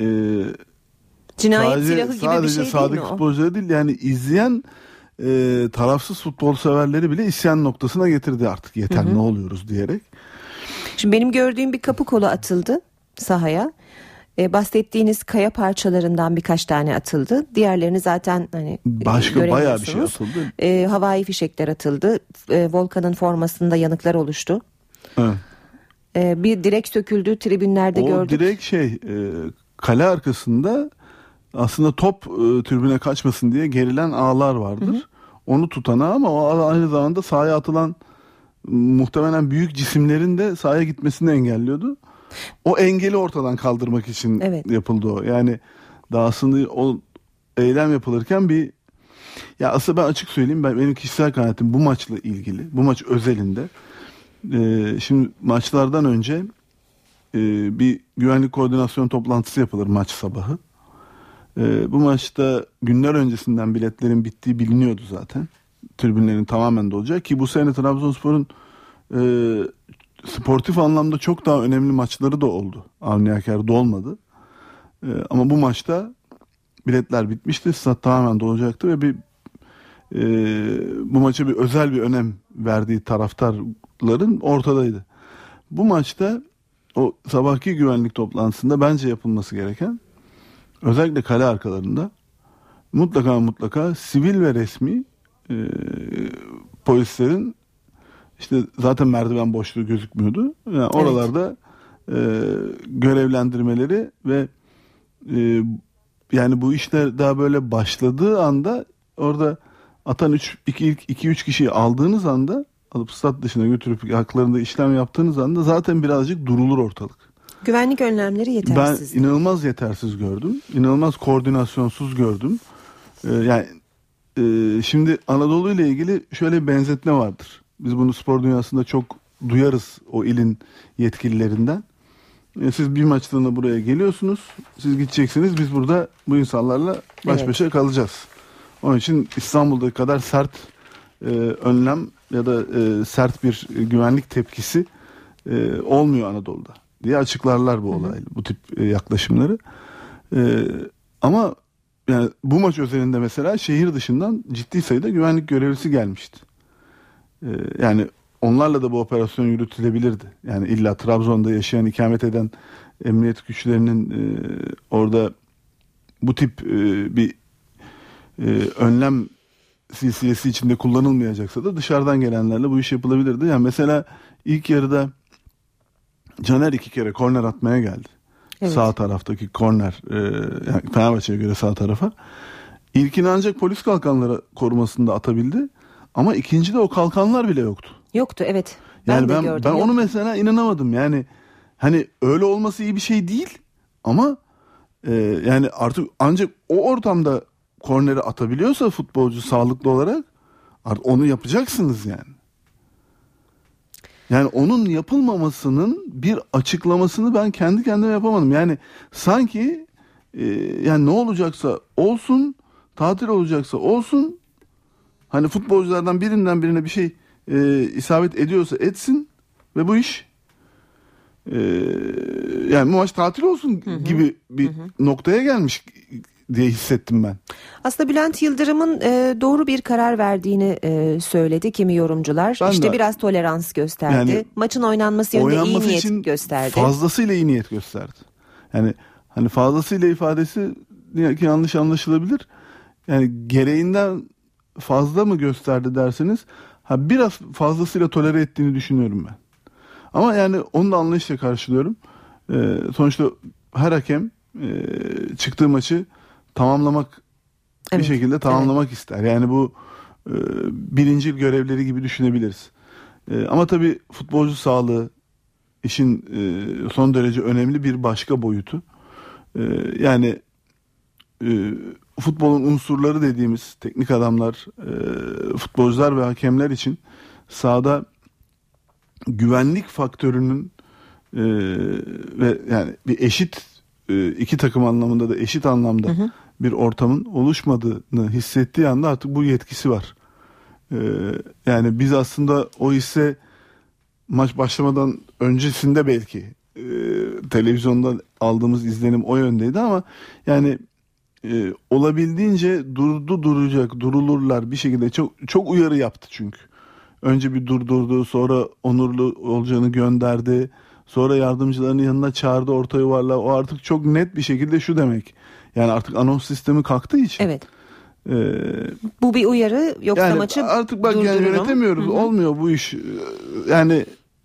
cinayet silahı gibi bir şey değil mi o? Sadece sadık futbolcuları değil, yani izleyen tarafsız futbol severleri bile isyan noktasına getirdi, artık yeter ne oluyoruz diyerek. Şimdi benim gördüğüm bir kapı kolu atıldı sahaya. Bahsettiğiniz kaya parçalarından birkaç tane atıldı. Diğerlerini zaten hani başka bayağı bir şey atıldı. Havai fişekler atıldı. Volkan'ın formasında yanıklar oluştu. Evet. Bir direk söküldü, tribünlerde gördük. O direk kale arkasında aslında top tribüne kaçmasın diye gerilen ağlar vardır. Onu tutana, ama o ağ aynı zamanda sahaya atılan muhtemelen büyük cisimlerin de sahaya gitmesini engelliyordu. O engeli ortadan kaldırmak için yapıldı o. Yani daha aslında o eylem yapılırken ya aslında ben açık söyleyeyim, benim kişisel kanaatim bu maçla ilgili, bu maç özelinde şimdi maçlardan önce bir güvenlik koordinasyon toplantısı yapılır maç sabahı. Bu maçta günler öncesinden biletlerin bittiği biliniyordu zaten. Tribünlerin tamamen dolacak ki bu sene Trabzonspor'un sportif anlamda çok daha önemli maçları da oldu. Avni Aker dolmadı. Ama bu maçta biletler bitmişti. Stat tamamen dolacaktı ve bu maça bir özel bir önem verdiği taraftarların ortadaydı. Bu maçta o sabahki güvenlik toplantısında bence yapılması gereken, özellikle kale arkalarında mutlaka sivil ve resmi polislerin, işte zaten merdiven boşluğu gözükmüyordu. Yani oralarda görevlendirmeleri ve yani bu işler daha böyle başladığı anda orada atan 2-3 kişiyi aldığınız anda, alıp stat dışına götürüp haklarında işlem yaptığınız anda zaten birazcık durulur ortalık. Güvenlik önlemleri yetersiz. Ben inanılmaz yetersiz gördüm. İnanılmaz koordinasyonsuz gördüm. Şimdi Anadolu ile ilgili şöyle bir benzetme vardır. Biz bunu spor dünyasında çok duyarız o ilin yetkililerinden. Siz bir maçlarına buraya geliyorsunuz. Siz gideceksiniz. Biz burada bu insanlarla baş başa kalacağız. Onun için İstanbul'daki kadar sert önlem ya da sert bir güvenlik tepkisi olmuyor Anadolu'da diye açıklarlar bu olayı, bu tip yaklaşımları. Ama yani bu maç özelinde mesela şehir dışından ciddi sayıda güvenlik görevlisi gelmişti. Yani onlarla da bu operasyon yürütülebilirdi. Yani illa Trabzon'da yaşayan, ikamet eden emniyet güçlerinin orada bu tip bir önlem silsilesi içinde kullanılmayacaksa da dışarıdan gelenlerle bu iş yapılabilirdi. Yani mesela ilk yarıda Caner 2 kere korner atmaya geldi. Evet. Sağ taraftaki korner, yani Fenerbahçe'ye göre sağ tarafa. İlkini ancak polis kalkanları korumasında atabildi. Ama ikincide o kalkanlar bile yoktu. Yoktu, evet. Yani ben onu mesela inanamadım. Yani hani öyle olması iyi bir şey değil. Ama yani artık ancak o ortamda korneri atabiliyorsa futbolcu sağlıklı olarak artık onu yapacaksınız yani. Yani onun yapılmamasının bir açıklamasını ben kendi kendime yapamadım. Yani sanki yani ne olacaksa olsun, tatil olacaksa olsun, hani futbolculardan birinden birine bir şey isabet ediyorsa etsin ve bu iş yani bu maç tatil olsun gibi bir noktaya gelmiş diye hissettim ben. Aslında Bülent Yıldırım'ın doğru bir karar verdiğini söyledi kimi yorumcular. Ben işte biraz tolerans gösterdi. Yani, maçın oynanması yönünde iyi niyet gösterdi. Fazlasıyla iyi niyet gösterdi. Yani hani fazlasıyla ifadesi yanlış anlaşılabilir. Yani gereğinden fazla mı gösterdi derseniz biraz fazlasıyla tolere ettiğini düşünüyorum ben. Ama yani onu da anlayışla karşılıyorum. Sonuçta her hakem çıktığı maçı tamamlamak, bir şekilde tamamlamak ister. Yani bu birincil görevleri gibi düşünebiliriz. Ama tabii futbolcu sağlığı işin son derece önemli bir başka boyutu. Yani futbolun unsurları dediğimiz teknik adamlar, futbolcular ve hakemler için sahada güvenlik faktörünün ve yani bir eşit iki takım anlamında da eşit anlamda bir ortamın oluşmadığını hissettiği anda artık bu yetkisi var. Yani biz aslında o hisse maç başlamadan öncesinde belki televizyonda aldığımız izlenim o yöndeydi ama yani olabildiğince durulurlar bir şekilde çok uyarı yaptı çünkü. Önce bir durdurdu, sonra Onurlu Olcan'ı gönderdi, sonra yardımcılarının yanına çağırdı orta yuvarlağı. O artık çok net bir şekilde şu demek. Yani artık anons sistemi kalktığı için. Evet. Bu bir uyarı, yoksa yani maçı artık bak yani yönetemiyoruz. Olmuyor bu iş. Yani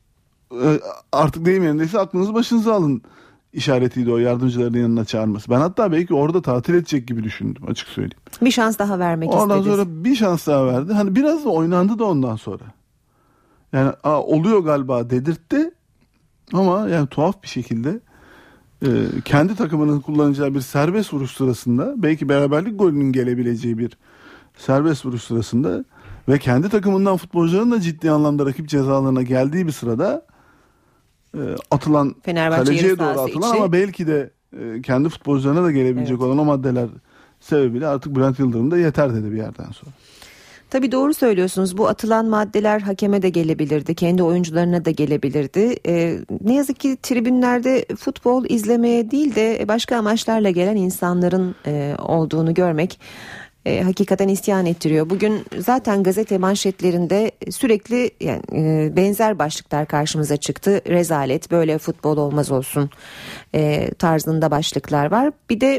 artık deyim yerindeyse aklınızı başınıza alın işaretiydi o yardımcılarının yanına çağırması. Ben hatta belki orada tatil edecek gibi düşündüm, açık söyleyeyim. Bir şans daha vermek istedi. Ondan sonra bir şans daha verdi. Hani biraz da oynandı da ondan sonra. Yani oluyor galiba dedirtti. Ama yani tuhaf bir şekilde kendi takımının kullanacağı bir serbest vuruş sırasında, belki beraberlik golünün gelebileceği bir serbest vuruş sırasında ve kendi takımından futbolcuların da ciddi anlamda rakip cezalarına geldiği bir sırada atılan, kaleciye doğru atılan ama belki de kendi futbolcularına da gelebilecek olan o maddeler sebebiyle artık Bülent Yıldırım da yeter dedi bir yerden sonra. Tabii doğru söylüyorsunuz. Bu atılan maddeler hakeme de gelebilirdi. Kendi oyuncularına da gelebilirdi. Ne yazık ki tribünlerde futbol izlemeye değil de başka amaçlarla gelen insanların olduğunu görmek hakikaten isyan ettiriyor. Bugün zaten gazete manşetlerinde sürekli benzer başlıklar karşımıza çıktı. Rezalet, böyle futbol olmaz olsun tarzında başlıklar var. Bir de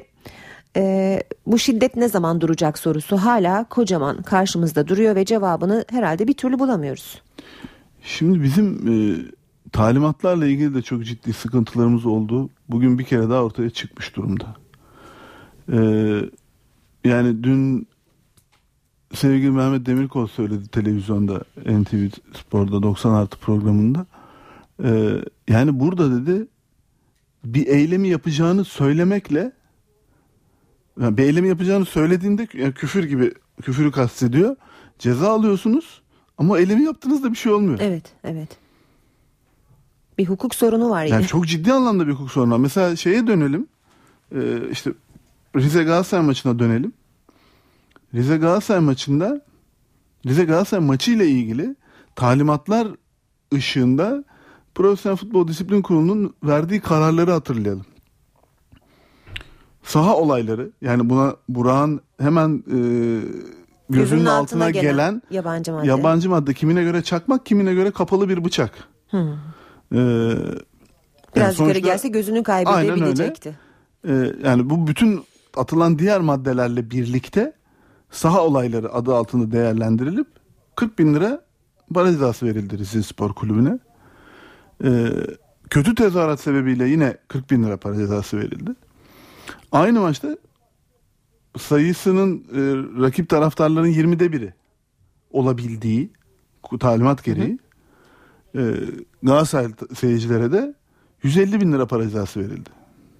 bu şiddet ne zaman duracak sorusu hala kocaman karşımızda duruyor ve cevabını herhalde bir türlü bulamıyoruz. Şimdi bizim talimatlarla ilgili de çok ciddi sıkıntılarımız oldu. Bugün bir kere daha ortaya çıkmış durumda. Yani dün sevgili Mehmet Demirkol söyledi televizyonda, NTV Spor'da 90+ programında. Yani burada dedi bir eylemi yapacağını söylemekle Yani bir eylem yapacağını söylediğinde yani küfürü kastediyor. Ceza alıyorsunuz ama eylemi yaptığınızda bir şey olmuyor. Evet. Bir hukuk sorunu var yine. Yani çok ciddi anlamda bir hukuk sorunu var. Mesela şeye dönelim. İşte Rize Galatasaray maçına dönelim. Rize Galatasaray maçı ile ilgili talimatlar ışığında Profesyonel Futbol Disiplin Kurulu'nun verdiği kararları hatırlayalım. Saha olayları, yani buna Burak'ın hemen gözünün altına gelen yabancı madde, kimine göre çakmak, kimine göre kapalı bir bıçak. Biraz yukarı gelse gözünü kaybedebilecekti. Yani bu bütün atılan diğer maddelerle birlikte saha olayları adı altında değerlendirilip 40.000 lira para cezası verildi Rize Spor Kulübü'ne. Kötü tezahürat sebebiyle yine 40.000 lira para cezası verildi. Aynı maçta sayısının rakip taraftarların 20'de biri olabildiği talimat gereği Galatasaray seyircilere de 150.000 lira para cezası verildi.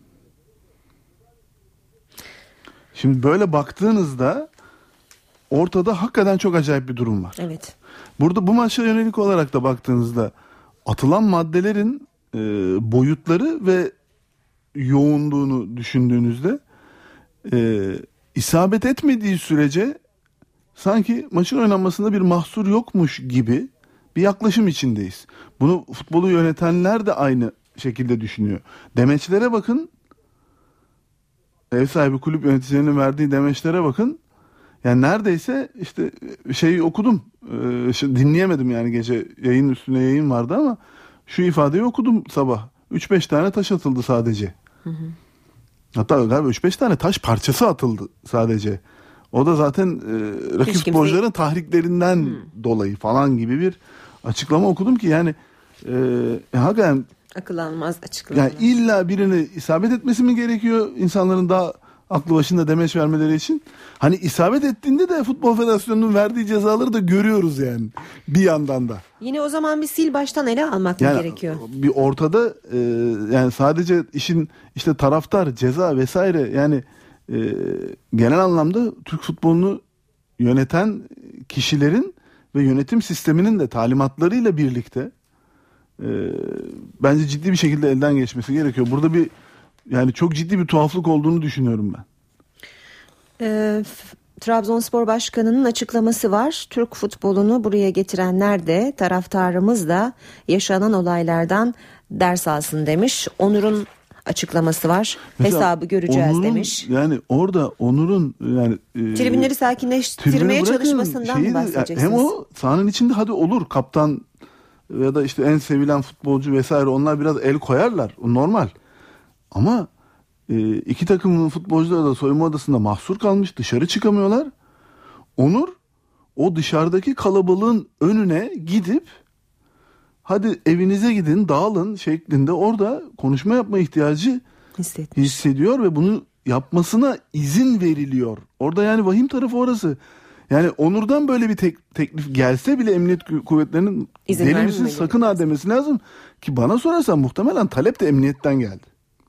Şimdi böyle baktığınızda ortada hakikaten çok acayip bir durum var. Evet. Burada bu maça yönelik olarak da baktığınızda atılan maddelerin boyutları ve yoğunluğunu düşündüğünüzde isabet etmediği sürece sanki maçın oynanmasında bir mahsur yokmuş gibi bir yaklaşım içindeyiz. Bunu futbolu yönetenler de aynı şekilde düşünüyor. Demeçlere bakın. Ev sahibi kulüp yöneticilerinin verdiği demeçlere bakın. Yani neredeyse işte şeyi okudum. Dinleyemedim yani, gece yayın üstüne yayın vardı ama şu ifadeyi okudum sabah. 3-5 tane taş atıldı sadece. Hatta galiba 3-5 tane taş parçası atıldı sadece. O da zaten rakip futbolcuların tahriklerinden dolayı falan gibi bir açıklama okudum ki yani hakikaten akıl almaz açıklama. Yani illa birine isabet etmesi mi gerekiyor insanların daha aklı başında demeç vermeleri için? Hani isabet ettiğinde de Futbol Federasyonu'nun verdiği cezaları da görüyoruz yani bir yandan da. Yine o zaman bir sil baştan ele almak yani mı gerekiyor? Bir ortada yani sadece işin işte taraftar, ceza vesaire yani genel anlamda Türk futbolunu yöneten kişilerin ve yönetim sisteminin de talimatlarıyla birlikte bence ciddi bir şekilde elden geçmesi gerekiyor. Burada bir yani çok ciddi bir tuhaflık olduğunu düşünüyorum ben. Trabzonspor Başkanı'nın açıklaması var. Türk futbolunu buraya getirenler de taraftarımız da yaşanan olaylardan ders alsın demiş. Onur'un açıklaması var. Mesela hesabı göreceğiz demiş. Yani orada Onur'un yani tribünleri sakinleştirmeye çalışmasından mı bahsedeceksiniz? Hem o sahanın içinde hadi olur kaptan ya da işte en sevilen futbolcu vesaire, onlar biraz el koyarlar. O normal. Ama iki takımın futbolcuları da soyunma odasında mahsur kalmış, dışarı çıkamıyorlar. Onur o dışarıdaki kalabalığın önüne gidip hadi evinize gidin, dağılın şeklinde orada konuşma yapma ihtiyacı hissediyor ve bunu yapmasına izin veriliyor. Orada yani vahim tarafı orası. Yani Onur'dan böyle bir teklif gelse bile emniyet kuvvetlerinin deli misin sakın ha demesi lazım ki bana sorarsan muhtemelen talep de emniyetten geldi.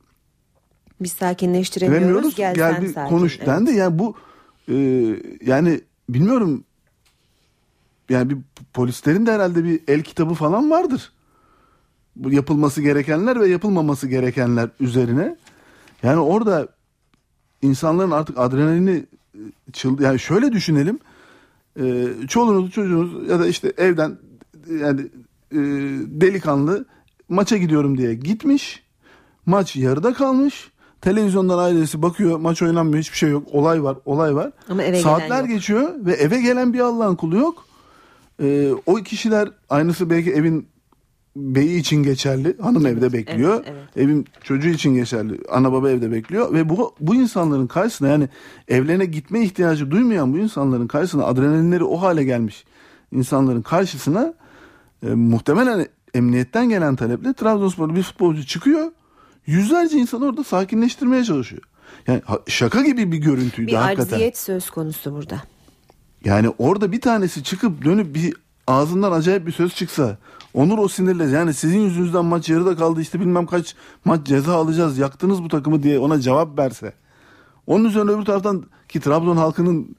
Biz sakinleştiremiyoruz, geldi konuş dendi. Yani bu yani bilmiyorum, yani bir polislerin de herhalde bir el kitabı falan vardır. Bu yapılması gerekenler ve yapılmaması gerekenler üzerine. Yani orada insanların artık adrenalini yani şöyle düşünelim. Çoluğunuz çocuğunuz ya da işte evden yani delikanlı maça gidiyorum diye gitmiş. Maç yarıda kalmış. Televizyondan ailesi bakıyor, maç oynanmıyor, hiçbir şey yok. Olay var. Ama eve saatler geçiyor ve eve gelen bir Allah'ın kulu yok. O kişiler, aynısı belki evin beyi için geçerli. Hanım evde bekliyor. Evet. Evin çocuğu için geçerli. Ana baba evde bekliyor ve bu insanların karşısına, yani evlerine gitme ihtiyacı duymayan bu insanların karşısına, adrenalinleri o hale gelmiş insanların karşısına muhtemelen emniyetten gelen taleple Trabzonspor'da bir futbolcu çıkıyor. Yüzlerce insan orada sakinleştirmeye çalışıyor. Yani şaka gibi bir görüntüydü hakikaten. Bir acziyet söz konusu burada. Yani orada bir tanesi çıkıp dönüp bir ağzından acayip bir söz çıksa, Onur o sinirle yani sizin yüzünüzden maç yarıda kaldı, işte bilmem kaç maç ceza alacağız, yaktınız bu takımı diye ona cevap verse, Onun üzerine öbür taraftan ki Trabzon halkının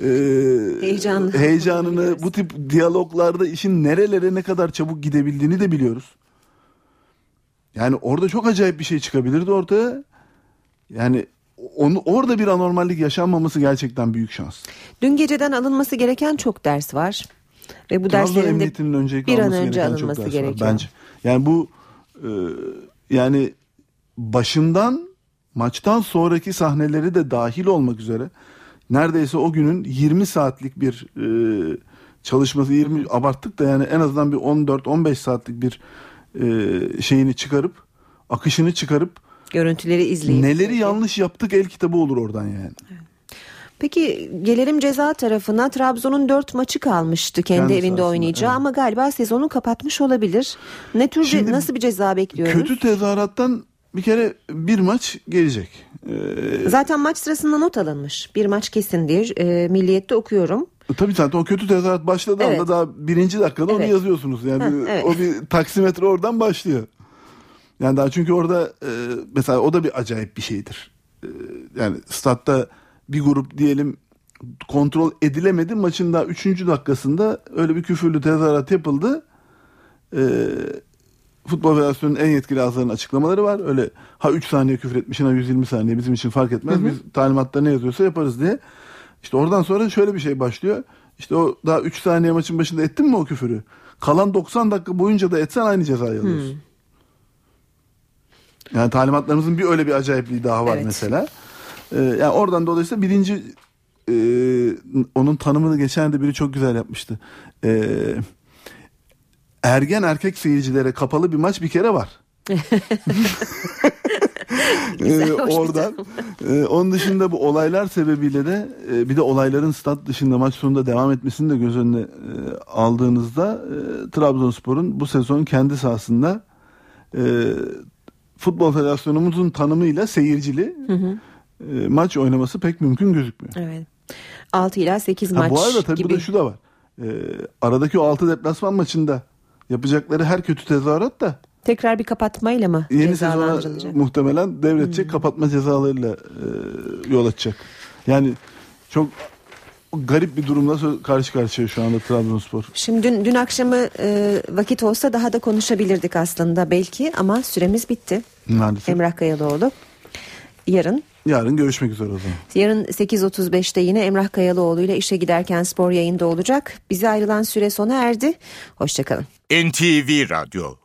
heyecanını bu tip diyaloglarda işin nerelere ne kadar çabuk gidebildiğini de biliyoruz. Yani orada çok acayip bir şey çıkabilirdi ortaya. Yani orada bir anormallik yaşanmaması gerçekten büyük şans. Dün geceden alınması gereken çok ders var. Ve bu derslerin de bir an önce alınması gerekiyor. Bence. Yani bu yani başından maçtan sonraki sahneleri de dahil olmak üzere neredeyse o günün 20 saatlik bir çalışması, 20 abarttık da yani en azından bir 14-15 saatlik bir şeyini çıkarıp, akışını çıkarıp görüntüleri izleyip neleri yanlış yaptık el kitabı olur oradan yani. Peki gelelim ceza tarafına. Trabzon'un 4 maçı kalmıştı kendi evinde oynayacağı, ama galiba sezonu kapatmış olabilir. Ne tür nasıl bir ceza bekliyoruz? Kötü tezahürattan bir kere bir maç gelecek. Zaten maç sırasında not alınmış. Bir maç kesindir. Milliyet'te okuyorum. Tabii zaten o kötü tezahürat başladığı anda daha 1. dakikada onu yazıyorsunuz. Yani o bir taksimetre oradan başlıyor. Yani daha çünkü orada mesela o da bir acayip bir şeydir. Yani statta bir grup diyelim kontrol edilemedi. Maçın daha 3. dakikasında öyle bir küfürlü tezahürat yapıldı. Futbol Federasyonu'nun en yetkili ağızlarının açıklamaları var. Öyle 3 saniye küfür etmişsin, 120 saniye bizim için fark etmez. Biz talimatta ne yazıyorsa yaparız diye. İşte oradan sonra şöyle bir şey başlıyor. İşte o daha 3 saniye maçın başında ettin mi o küfürü? Kalan 90 dakika boyunca da etsen aynı cezayı alıyorsun. Yani talimatlarımızın öyle bir acayipliği daha var mesela. Yani oradan dolayısıyla birinci onun tanımını geçen de biri çok güzel yapmıştı. Ergen erkek seyircilere kapalı bir maç bir kere var. Oradan. Onun dışında bu olaylar sebebiyle de bir de olayların stat dışında maç sonunda devam etmesini de göz önüne aldığınızda Trabzonspor'un bu sezon kendi sahasında Futbol Federasyonumuzun tanımıyla seyircili maç oynaması pek mümkün gözükmüyor. Evet. 6 ila 8 maç gibi. Bu arada tabii burada şu da var. Aradaki o 6 deplasman maçında yapacakları her kötü tezahürat da tekrar bir kapatmayla mı yeni sezona muhtemelen devredecek kapatma cezalarıyla yol açacak. Yani çok garip bir durumla karşı karşıya şu anda Trabzonspor. Şimdi dün akşamı vakit olsa daha da konuşabilirdik aslında belki, ama süremiz bitti. Maalesef. Emrah Kayalıoğlu. Yarın görüşmek üzere o zaman. Yarın 8.35'te yine Emrah Kayalıoğlu ile İşe Giderken Spor yayında olacak. Bize ayrılan süre sona erdi. Hoşçakalın. NTV Radyo